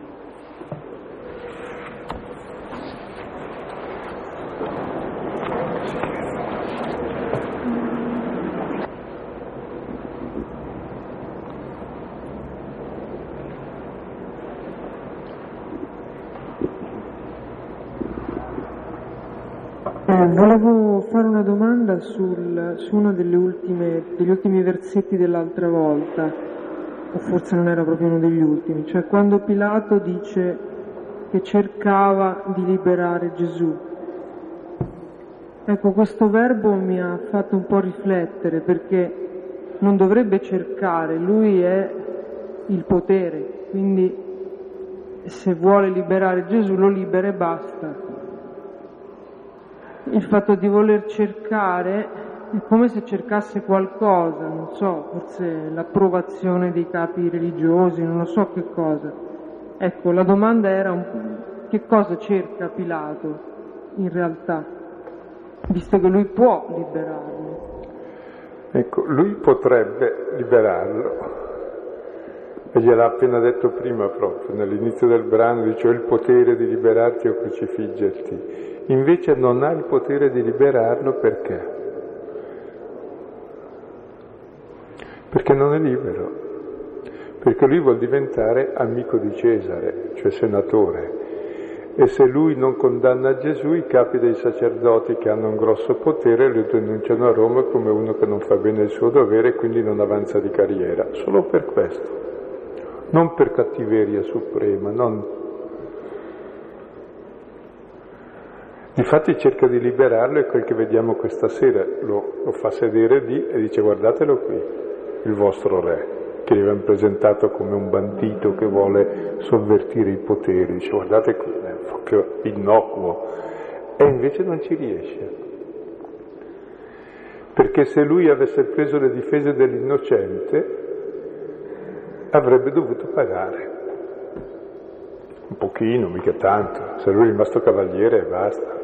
Volevo fare una domanda su uno degli ultimi versetti dell'altra volta, o forse non era proprio uno degli ultimi, cioè quando Pilato dice che cercava di liberare Gesù. Ecco, questo verbo mi ha fatto un po' riflettere, perché non dovrebbe cercare, lui è il potere, quindi se vuole liberare Gesù lo libera e basta. Il fatto di voler cercare è come se cercasse qualcosa, non so, forse l'approvazione dei capi religiosi, non lo so che cosa. Ecco, la domanda era che cosa cerca Pilato in realtà, visto che lui può liberarlo. Ecco, lui potrebbe liberarlo, e gliel'ha appena detto prima proprio, nell'inizio del brano, dice: ho il potere di liberarti o crocifiggerti. Invece non ha il potere di liberarlo perché? Perché non è libero, perché lui vuol diventare amico di Cesare, cioè senatore, e se lui non condanna Gesù, i capi dei sacerdoti che hanno un grosso potere lo denunciano a Roma come uno che non fa bene il suo dovere e quindi non avanza di carriera, solo per questo, non per cattiveria suprema, Difatti cerca di liberarlo, e quel che vediamo questa sera lo fa sedere lì e dice: guardatelo qui, il vostro re. che gli avevano presentato come un bandito che vuole sovvertire i poteri, dice guardate qui, è proprio innocuo, e invece non ci riesce. Perché se lui avesse preso le difese dell'innocente avrebbe dovuto pagare. Un pochino, mica tanto. Se lui è rimasto cavaliere e basta.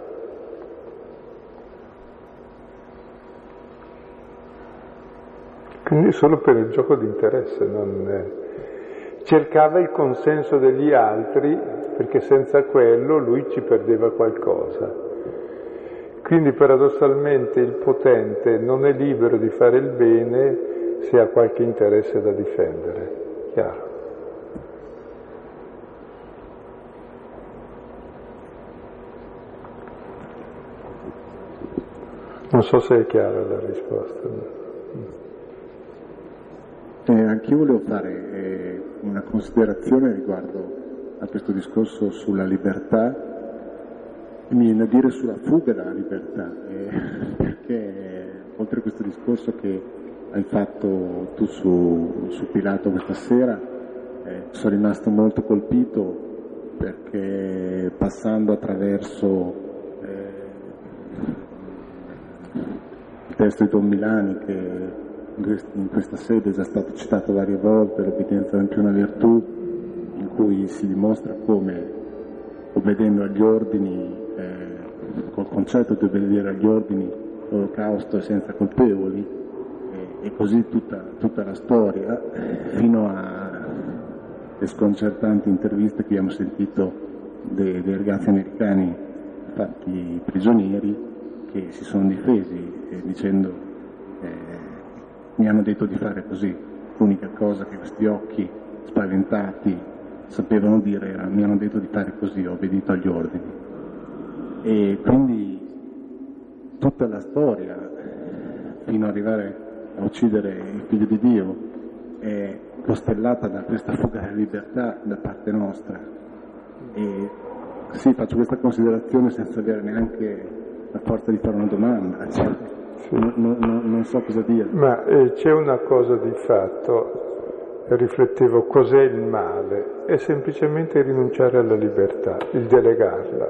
Quindi solo per il gioco di interesse, cercava il consenso degli altri, perché senza quello lui ci perdeva qualcosa. Quindi paradossalmente il potente non è libero di fare il bene se ha qualche interesse da difendere, chiaro? Non so se è chiara la risposta. Anch'io volevo fare una considerazione riguardo a questo discorso sulla libertà, mi viene a dire sulla fuga dalla libertà, perché oltre a questo discorso che hai fatto tu su Pilato questa sera, sono rimasto molto colpito perché passando attraverso il testo di Don Milani, che in questa sede è già stato citato varie volte, l'obbedienza è anche una virtù, in cui si dimostra come obbedendo agli ordini, col concetto di obbedire agli ordini, l'olocausto è senza colpevoli, e così tutta la storia, fino alle sconcertanti interviste che abbiamo sentito dei ragazzi americani fatti prigionieri, che si sono difesi dicendo mi hanno detto di fare così, l'unica cosa che questi occhi spaventati sapevano dire era mi hanno detto di fare così, ho obbedito agli ordini. E quindi tutta la storia fino ad arrivare a uccidere il figlio di Dio è costellata da questa fuga della libertà da parte nostra. E sì, faccio questa considerazione senza avere neanche la forza di fare una domanda, cioè, sì. Non so cosa dire. Ma c'è una cosa di fatto, riflettevo, cos'è il male? È semplicemente rinunciare alla libertà, il delegarla.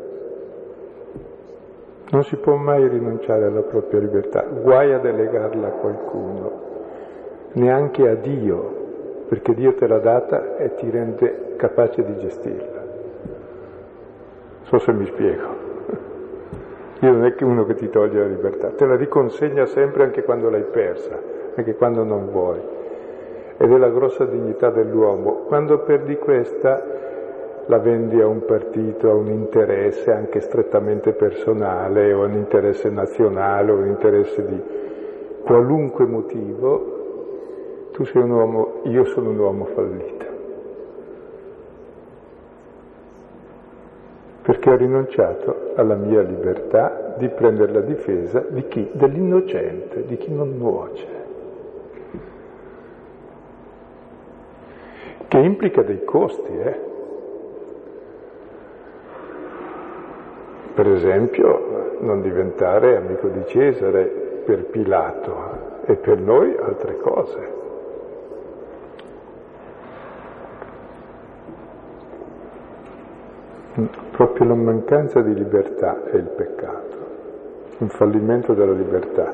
Non si può mai rinunciare alla propria libertà, guai a delegarla a qualcuno, neanche a Dio, perché Dio te l'ha data e ti rende capace di gestirla. Non so se mi spiego. Dio non è che uno che ti toglie la libertà, te la riconsegna sempre anche quando l'hai persa, anche quando non vuoi. Ed è la grossa dignità dell'uomo. Quando perdi questa, la vendi a un partito, a un interesse anche strettamente personale, o un interesse nazionale, o un interesse di qualunque motivo, tu sei un uomo, io sono un uomo fallito. Perché ho rinunciato alla mia libertà di prendere la difesa di chi? Dell'innocente, di chi non nuoce. Che implica dei costi, Per esempio, non diventare amico di Cesare per Pilato e per noi altre cose. Proprio la mancanza di libertà è il peccato, un fallimento della libertà.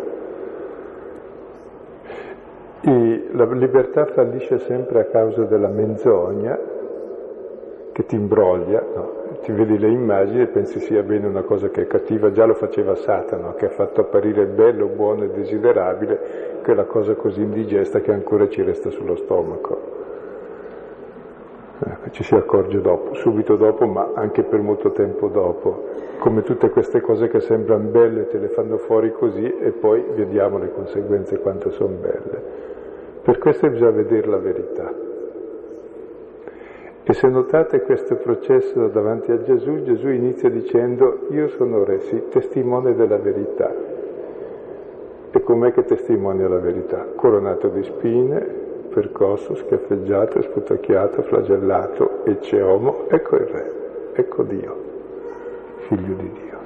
E la libertà fallisce sempre a causa della menzogna che ti imbroglia, no? Ti vedi le immagini e pensi sia bene una cosa che è cattiva, già lo faceva Satana, che ha fatto apparire bello, buono e desiderabile quella cosa così indigesta che ancora ci resta sullo stomaco. Ci si accorge dopo, subito dopo, ma anche per molto tempo dopo, come tutte queste cose che sembrano belle te le fanno fuori così e poi vediamo le conseguenze quanto sono belle. Per questo bisogna vedere la verità. E se notate questo processo davanti a Gesù, Gesù inizia dicendo io sono re, sì, testimone della verità. E com'è che testimonia la verità? Coronato di spine, percosso, schiaffeggiato, sputacchiato, flagellato, ecce homo, ecco il re, ecco Dio, figlio di Dio.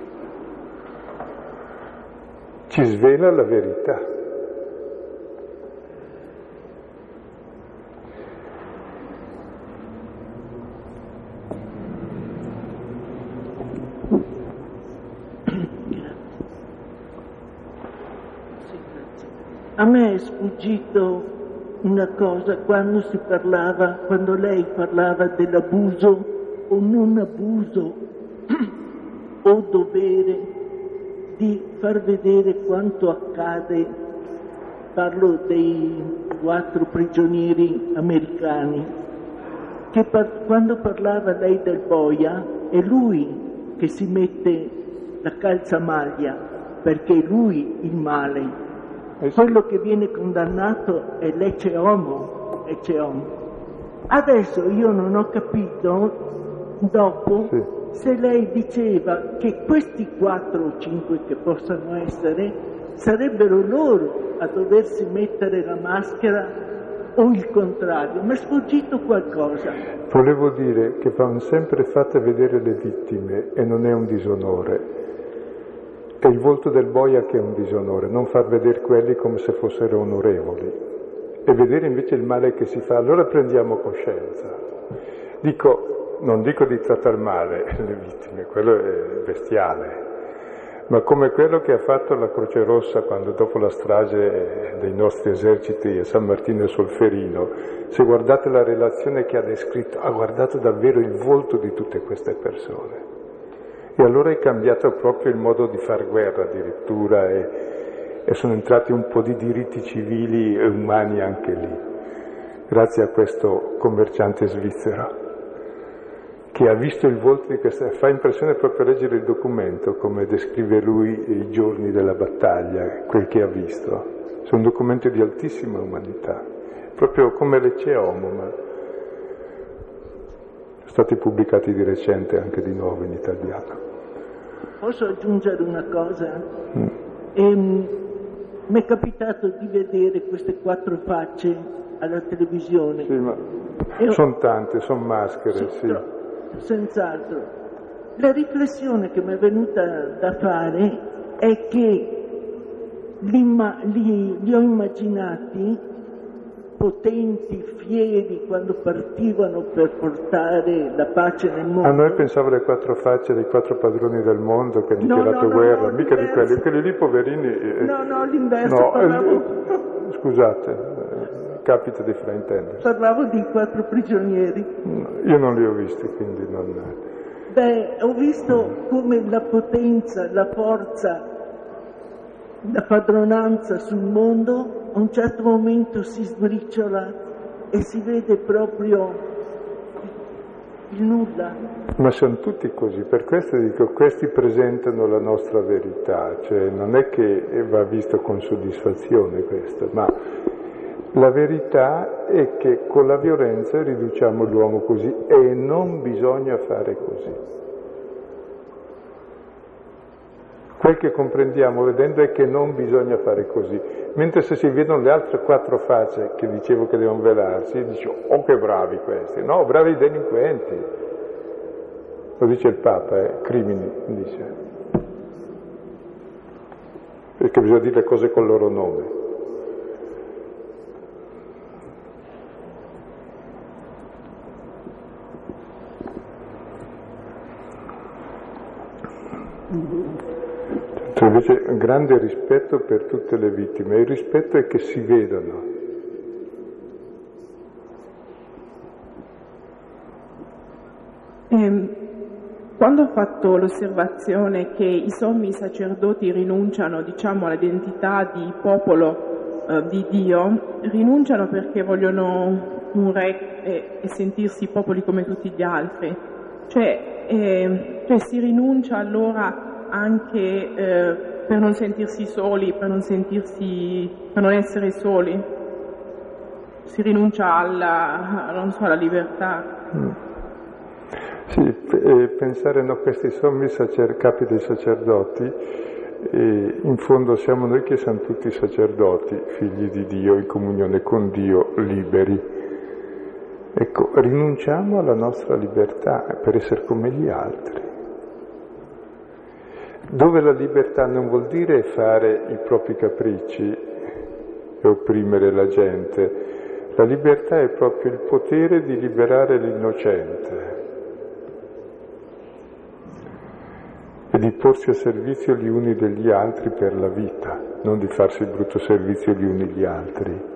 Ci svela la verità. A me è sfuggito una cosa quando lei parlava dell'abuso o non abuso o dovere di far vedere quanto accade. Parlo dei 4 prigionieri americani, che quando parlava lei del boia è lui che si mette la calzamaglia, perché è lui il male. Quello che viene condannato è l'ecce homo. Adesso io non ho capito, dopo, se lei diceva che questi 4 o 5 che possano essere, sarebbero loro a doversi mettere la maschera o il contrario. Mi è sfuggito qualcosa. Volevo dire che vanno sempre fatte vedere le vittime e non è un disonore. È il volto del boia che è un disonore, non far vedere quelli come se fossero onorevoli e vedere invece il male che si fa. Allora prendiamo coscienza. Non dico di trattare male le vittime, quello è bestiale, ma come quello che ha fatto la Croce Rossa quando dopo la strage dei nostri eserciti a San Martino e Solferino, se guardate la relazione che ha descritto, ha guardato davvero il volto di tutte queste persone. E allora è cambiato proprio il modo di far guerra addirittura e sono entrati un po' di diritti civili e umani anche lì, grazie a questo commerciante svizzero che ha visto il volto di questa. Fa impressione proprio leggere il documento, come descrive lui i giorni della battaglia, quel che ha visto. Sono documenti di altissima umanità, proprio come l'ecce homo, ma sono stati pubblicati di recente anche di nuovo in italiano. Posso aggiungere una cosa? Mi è capitato di vedere queste 4 facce alla televisione. Sì, ma sono tante, sono maschere, sì. Senz'altro. La riflessione che mi è venuta da fare è che li ho immaginati potenti, fieri, quando partivano per portare la pace nel mondo. A noi pensavo le 4 facce dei 4 padroni del mondo che hanno dichiarato guerra, mica di quelli lì poverini. No, l'inverso. Scusate. Capita di fraintendere. Parlavo di 4 prigionieri. Io non li ho visti, quindi non. Ho visto come la potenza, la forza, la padronanza sul mondo a un certo momento si sbriciola e si vede proprio il nulla. Ma sono tutti così, per questo dico, questi presentano la nostra verità, cioè non è che va visto con soddisfazione questo, ma la verità è che con la violenza riduciamo l'uomo così e non bisogna fare così. Quel che comprendiamo vedendo è che non bisogna fare così, mentre se si vedono le altre 4 facce che dicevo che devono velarsi, dice oh che bravi questi, no, bravi delinquenti, lo dice il Papa, crimini, dice, perché bisogna dire le cose col loro nome. Invece grande rispetto per tutte le vittime, il rispetto è che si vedano. Quando ho fatto l'osservazione che i sommi sacerdoti rinunciano, diciamo, all'identità di popolo di Dio, rinunciano perché vogliono un re e sentirsi popoli come tutti gli altri, cioè si rinuncia allora anche per non sentirsi soli, per non essere soli, si rinuncia alla libertà. Sì, pensare a questi sommi capi dei sacerdoti, in fondo siamo noi che siamo tutti sacerdoti, figli di Dio, in comunione con Dio, liberi. Ecco, rinunciamo alla nostra libertà per essere come gli altri. Dove la libertà non vuol dire fare i propri capricci e opprimere la gente, la libertà è proprio il potere di liberare l'innocente e di porsi a servizio gli uni degli altri per la vita. non di farsi il brutto servizio gli uni gli altri.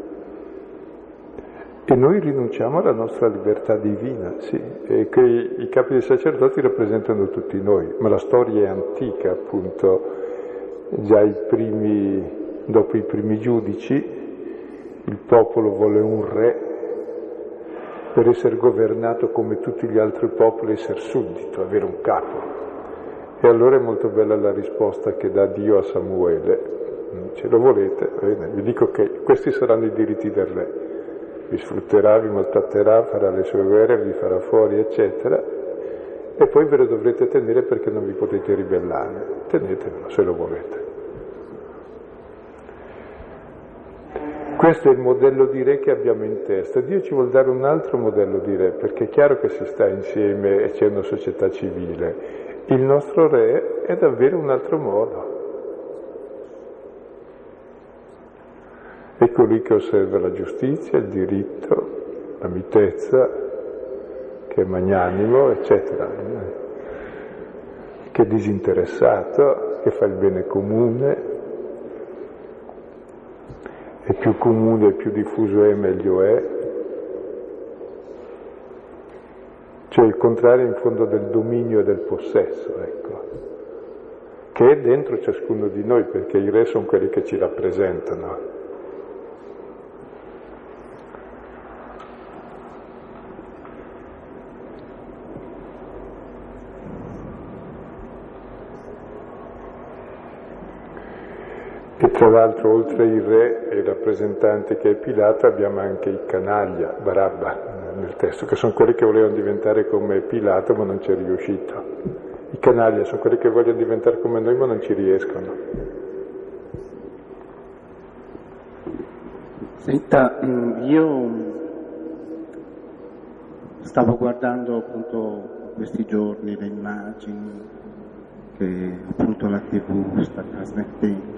E noi rinunciamo alla nostra libertà divina, sì, e che i capi dei sacerdoti rappresentano tutti noi, ma la storia è antica, appunto, già dopo i primi giudici, il popolo vuole un re per essere governato come tutti gli altri popoli, essere suddito, avere un capo. E allora è molto bella la risposta che dà Dio a Samuele. Ce lo volete? Bene, vi dico che questi saranno i diritti del re. Vi sfrutterà, vi maltratterà, farà le sue guerre, vi farà fuori, eccetera, e poi ve lo dovrete tenere perché non vi potete ribellare. Tenetevelo se lo volete. Questo è il modello di re che abbiamo in testa. Dio ci vuol dare un altro modello di re, perché è chiaro che si sta insieme e c'è una società civile. Il nostro re è davvero un altro modo. È colui che osserva la giustizia, il diritto, la mitezza, che è magnanimo, eccetera, che è disinteressato, che fa il bene comune, e più comune e più diffuso è, meglio è. Cioè il contrario in fondo del dominio e del possesso, ecco, che è dentro ciascuno di noi, perché i re sono quelli che ci rappresentano. E tra l'altro, oltre il re e il rappresentante che è Pilato, abbiamo anche i canaglia, Barabba, nel testo, che sono quelli che volevano diventare come Pilato ma non ci è riuscito. I canaglia sono quelli che vogliono diventare come noi ma non ci riescono. Senta, io stavo guardando appunto questi giorni le immagini che appunto la TV sta trasmettendo,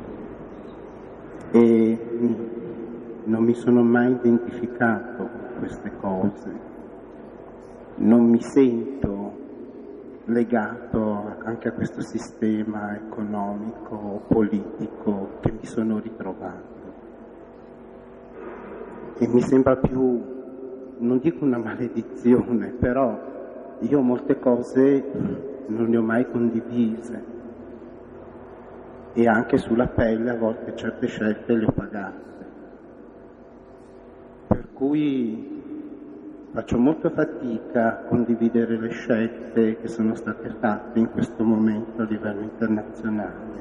e non mi sono mai identificato con queste cose, non mi sento legato anche a questo sistema economico, politico che mi sono ritrovato, e mi sembra più, non dico una maledizione, però io molte cose non le ho mai condivise, e anche sulla pelle a volte certe scelte le ho pagate, per cui faccio molta fatica a condividere le scelte che sono state fatte in questo momento a livello internazionale.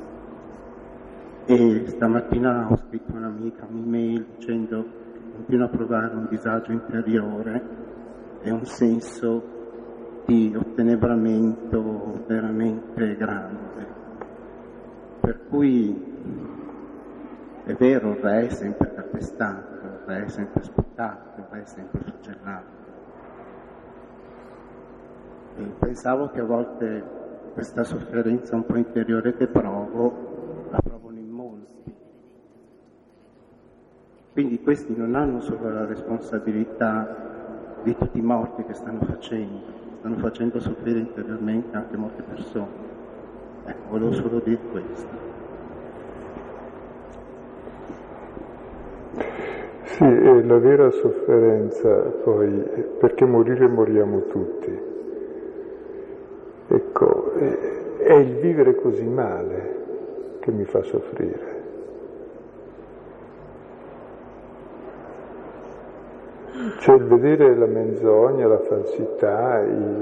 E stamattina ho scritto a un'amica un'email dicendo che continuo a provare un disagio interiore e un senso di ottenebramento veramente grande. Per cui è vero, il re è sempre calpestato, il re è sempre sputtato, il re è sempre flagellato. E pensavo che a volte questa sofferenza un po' interiore che provo, la provano in molti. Quindi questi non hanno solo la responsabilità di tutti i morti che stanno facendo soffrire interiormente anche molte persone. Volevo solo dire questo. Sì, è la vera sofferenza poi, perché morire moriamo tutti. Ecco, è il vivere così male che mi fa soffrire. Cioè il vedere la menzogna, la falsità,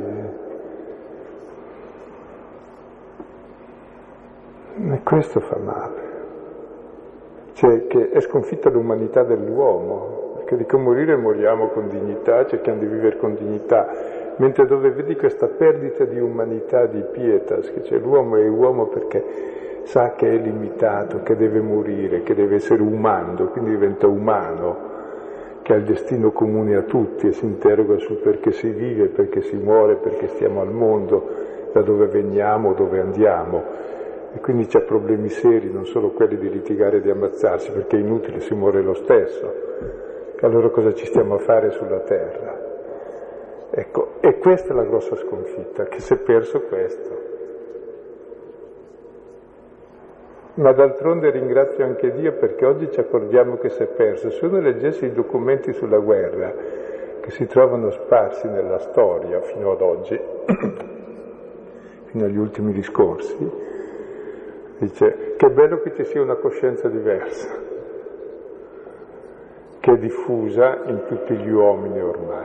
e questo fa male. Cioè che è sconfitta l'umanità dell'uomo, perché dico morire moriamo con dignità, cerchiamo di vivere con dignità, mentre dove vedi questa perdita di umanità, di pietas, che c'è l'uomo è uomo perché sa che è limitato, che deve morire, che deve essere umano, quindi diventa umano, che ha il destino comune a tutti e si interroga sul perché si vive, perché si muore, perché stiamo al mondo, da dove veniamo, dove andiamo. E quindi c'ha problemi seri, non solo quelli di litigare e di ammazzarsi, perché è inutile, si muore lo stesso. Allora cosa ci stiamo a fare sulla terra? Ecco, e questa è la grossa sconfitta, che si è perso questo. Ma d'altronde ringrazio anche Dio perché oggi ci accorgiamo che si è perso. Se uno leggesse i documenti sulla guerra, che si trovano sparsi nella storia fino ad oggi, fino agli ultimi discorsi, dice che è bello che ci sia una coscienza diversa, che è diffusa in tutti gli uomini ormai,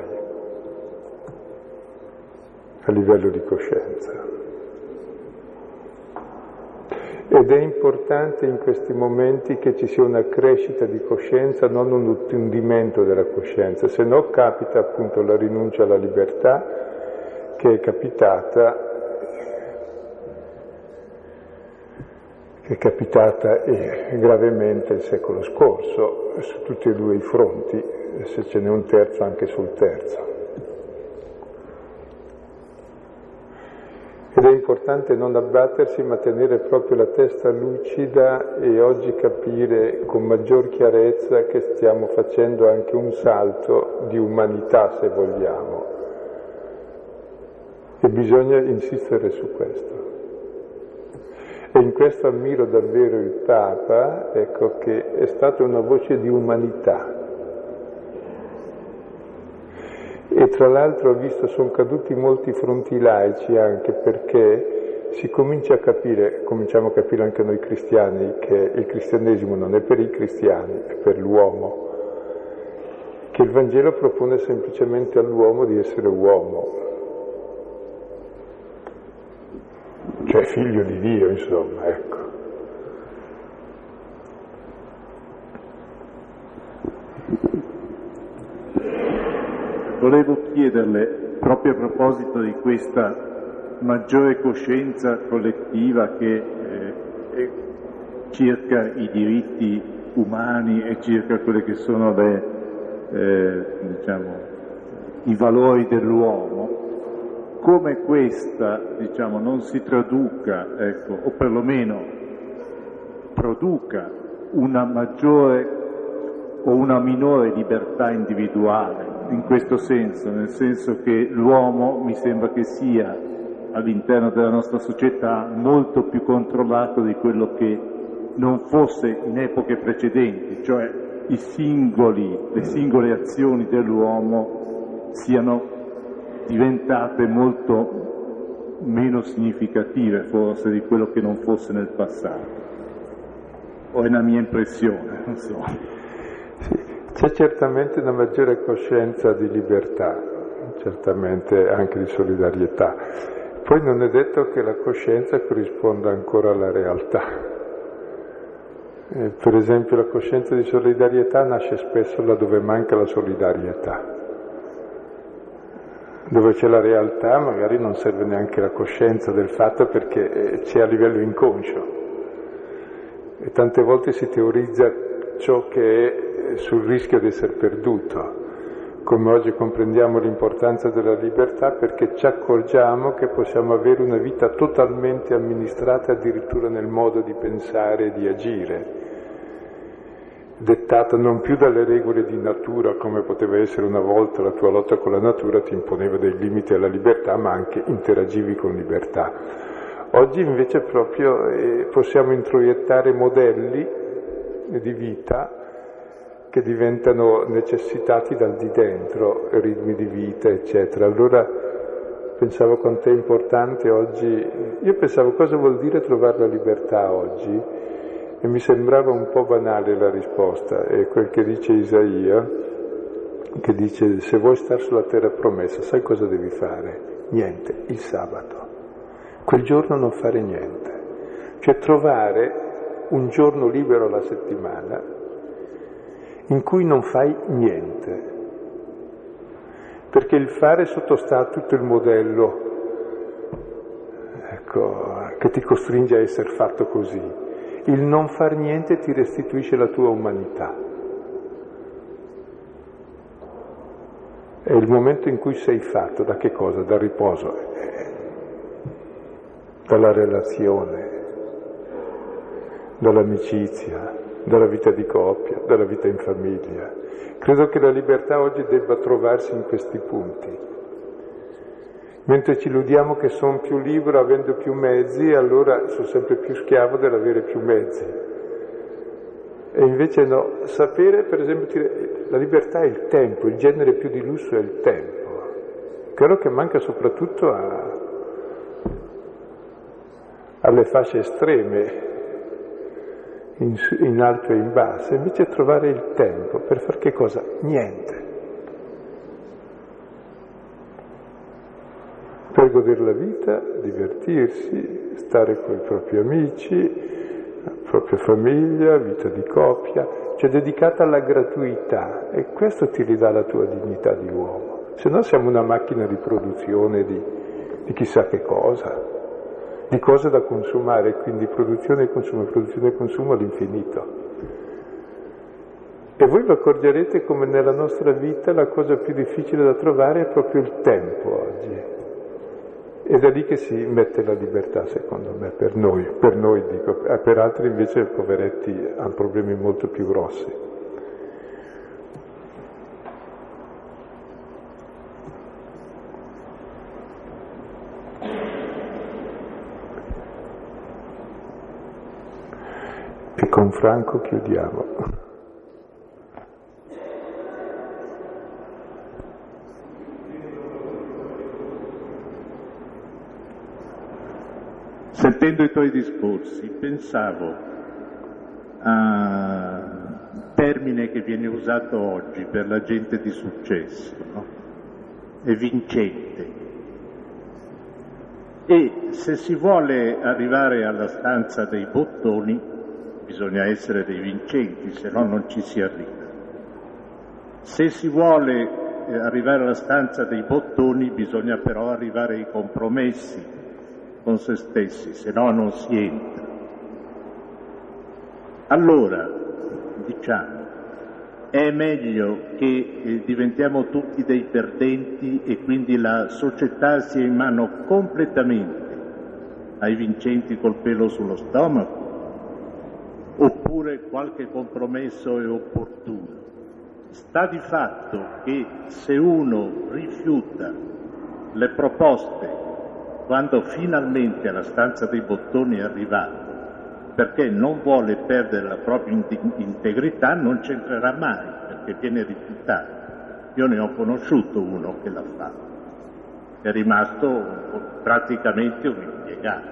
a livello di coscienza. Ed è importante in questi momenti che ci sia una crescita di coscienza, non un attendimento della coscienza, se no capita appunto la rinuncia alla libertà che è capitata gravemente il secolo scorso, su tutti e due i fronti, se ce n'è un terzo anche sul terzo. Ed è importante non abbattersi, ma tenere proprio la testa lucida e oggi capire con maggior chiarezza che stiamo facendo anche un salto di umanità, se vogliamo. E bisogna insistere su questo. E in questo ammiro davvero il Papa, ecco, che è stata una voce di umanità. E tra l'altro ho visto, sono caduti molti fronti laici anche perché si cominciamo a capire anche noi cristiani che il cristianesimo non è per i cristiani, è per l'uomo, che il Vangelo propone semplicemente all'uomo di essere uomo, cioè figlio di Dio, insomma, ecco. Volevo chiederle, proprio a proposito di questa maggiore coscienza collettiva che circa i diritti umani e circa quelle che sono i valori dell'uomo, come questa non si traduca, o perlomeno produca una maggiore o una minore libertà individuale, in questo senso, nel senso che l'uomo mi sembra che sia all'interno della nostra società molto più controllato di quello che non fosse in epoche precedenti, cioè le singole azioni dell'uomo siano diventate molto meno significative forse di quello che non fosse nel passato. O è una mia impressione, non so. C'è certamente una maggiore coscienza di libertà, certamente anche di solidarietà. Poi non è detto che la coscienza corrisponda ancora alla realtà. Per esempio la coscienza di solidarietà nasce spesso laddove manca la solidarietà. Dove c'è la realtà magari non serve neanche la coscienza del fatto perché c'è a livello inconscio. E tante volte si teorizza ciò che è sul rischio di essere perduto, come oggi comprendiamo l'importanza della libertà perché ci accorgiamo che possiamo avere una vita totalmente amministrata addirittura nel modo di pensare e di agire, dettata non più dalle regole di natura come poteva essere una volta. La tua lotta con la natura ti imponeva dei limiti alla libertà, ma anche interagivi con libertà. Oggi invece proprio possiamo introiettare modelli di vita che diventano necessitati dal di dentro, ritmi di vita, eccetera. Allora pensavo quanto è importante oggi, io pensavo cosa vuol dire trovare la libertà oggi e mi sembrava un po' banale la risposta, è quel che dice Isaia, che dice se vuoi stare sulla terra promessa, sai cosa devi fare? Niente, il sabato. Quel giorno non fare niente, cioè trovare un giorno libero alla settimana in cui non fai niente, perché il fare sottostà a tutto il modello, che ti costringe a essere fatto così. Il non far niente ti restituisce la tua umanità. È il momento in cui sei fatto, da che cosa? Dal riposo, dalla relazione, dall'amicizia, dalla vita di coppia, dalla vita in famiglia. Credo che la libertà oggi debba trovarsi in questi punti, Mentre ci illudiamo che sono più libero avendo più mezzi, allora sono sempre più schiavo dell'avere più mezzi. E invece no, sapere, per esempio, la libertà è il tempo, il genere più di lusso è il tempo. Quello che manca soprattutto alle fasce estreme, in alto e in basso, invece trovare il tempo per far che cosa? Niente. Per godere la vita, divertirsi, stare con i propri amici, la propria famiglia, vita di coppia, cioè dedicata alla gratuità, e questo ti ridà la tua dignità di uomo. Se no siamo una macchina di produzione di chissà che cosa, di cose da consumare, quindi produzione e consumo all'infinito. E voi vi accorgerete come nella nostra vita la cosa più difficile da trovare è proprio il tempo oggi. Ed è lì che si mette la libertà, secondo me, per noi dico, per altri invece poveretti hanno problemi molto più grossi. E con Franco chiudiamo. Sentendo i tuoi discorsi, pensavo a termine che viene usato oggi per la gente di successo, no? È vincente. E se si vuole arrivare alla stanza dei bottoni, bisogna essere dei vincenti, se no non ci si arriva. Se si vuole arrivare alla stanza dei bottoni, bisogna però arrivare ai compromessi con se stessi, se no non si entra. Allora, diciamo, è meglio che diventiamo tutti dei perdenti e quindi la società sia in mano completamente ai vincenti col pelo sullo stomaco? Oppure qualche compromesso è opportuno? Sta di fatto che se uno rifiuta le proposte quando finalmente alla stanza dei bottoni è arrivato, perché non vuole perdere la propria integrità, non c'entrerà mai, perché viene rifiutato. Io ne ho conosciuto uno che l'ha fatto, è rimasto praticamente un impiegato.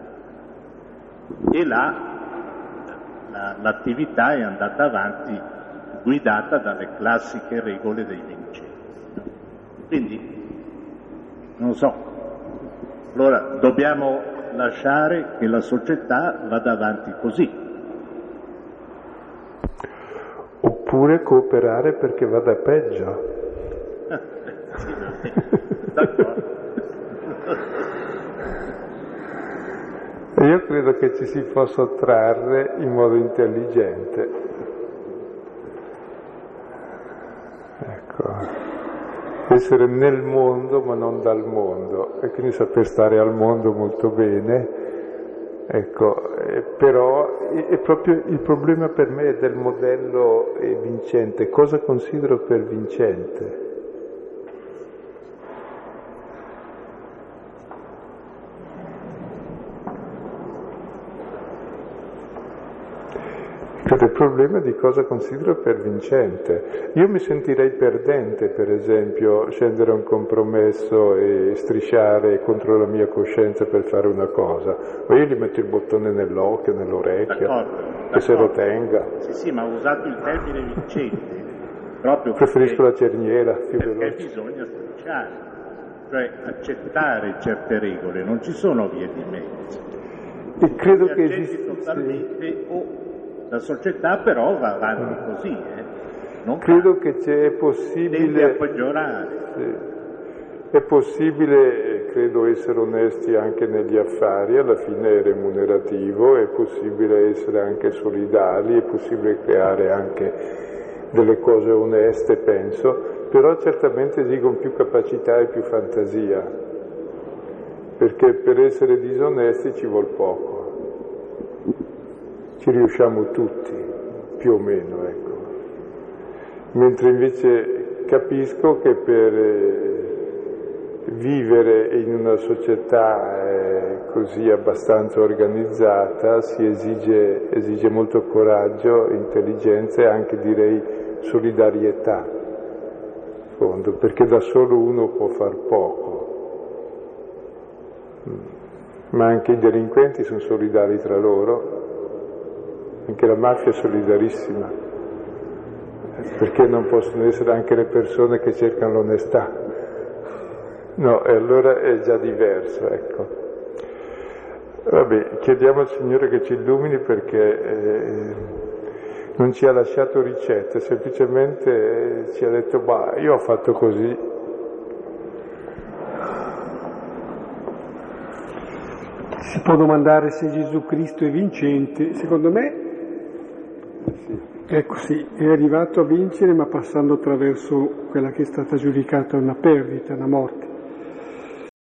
E là l'attività è andata avanti guidata dalle classiche regole dei vincenti. Quindi, non so, allora dobbiamo lasciare che la società vada avanti così. Oppure cooperare perché vada peggio. Sì, d'accordo. Io credo che ci si possa trarre in modo intelligente. Ecco. Essere nel mondo ma non dal mondo, e quindi saper stare al mondo molto bene, ecco, però è proprio il problema per me è del modello vincente. Cosa considero per vincente? Il problema è di cosa considero per vincente. Io mi sentirei perdente, per esempio, scendere a un compromesso e strisciare contro la mia coscienza per fare una cosa, ma io gli metto il bottone nell'occhio, nell'orecchio, che se lo tenga. Sì, ma ho usato il termine vincente proprio preferisco la cerniera più perché veloce. Bisogna strisciare, cioè accettare certe regole, non ci sono vie di mezzo. E credo che esista totalmente la società però va avanti così, non credo che è possibile tende a peggiorare. Sì. È possibile, credo, essere onesti anche negli affari, alla fine è remunerativo, è possibile essere anche solidali, è possibile creare anche delle cose oneste, penso, però certamente esigono più capacità e più fantasia, perché per essere disonesti ci vuol poco. Ci riusciamo tutti, più o meno, ecco. Mentre invece capisco che per vivere in una società così abbastanza organizzata si esige molto coraggio, intelligenza e anche direi solidarietà, in fondo, perché da solo uno può far poco, ma anche i delinquenti sono solidari tra loro, anche la mafia è solidarissima, perché non possono essere anche le persone che cercano l'onestà? No, e allora è già diverso, ecco. Vabbè, chiediamo al Signore che ci illumini perché non ci ha lasciato ricette, semplicemente ci ha detto, bah, io ho fatto così. Si può domandare se Gesù Cristo è vincente, secondo me Sì. è così, è arrivato a vincere ma passando attraverso quella che è stata giudicata una perdita, una morte.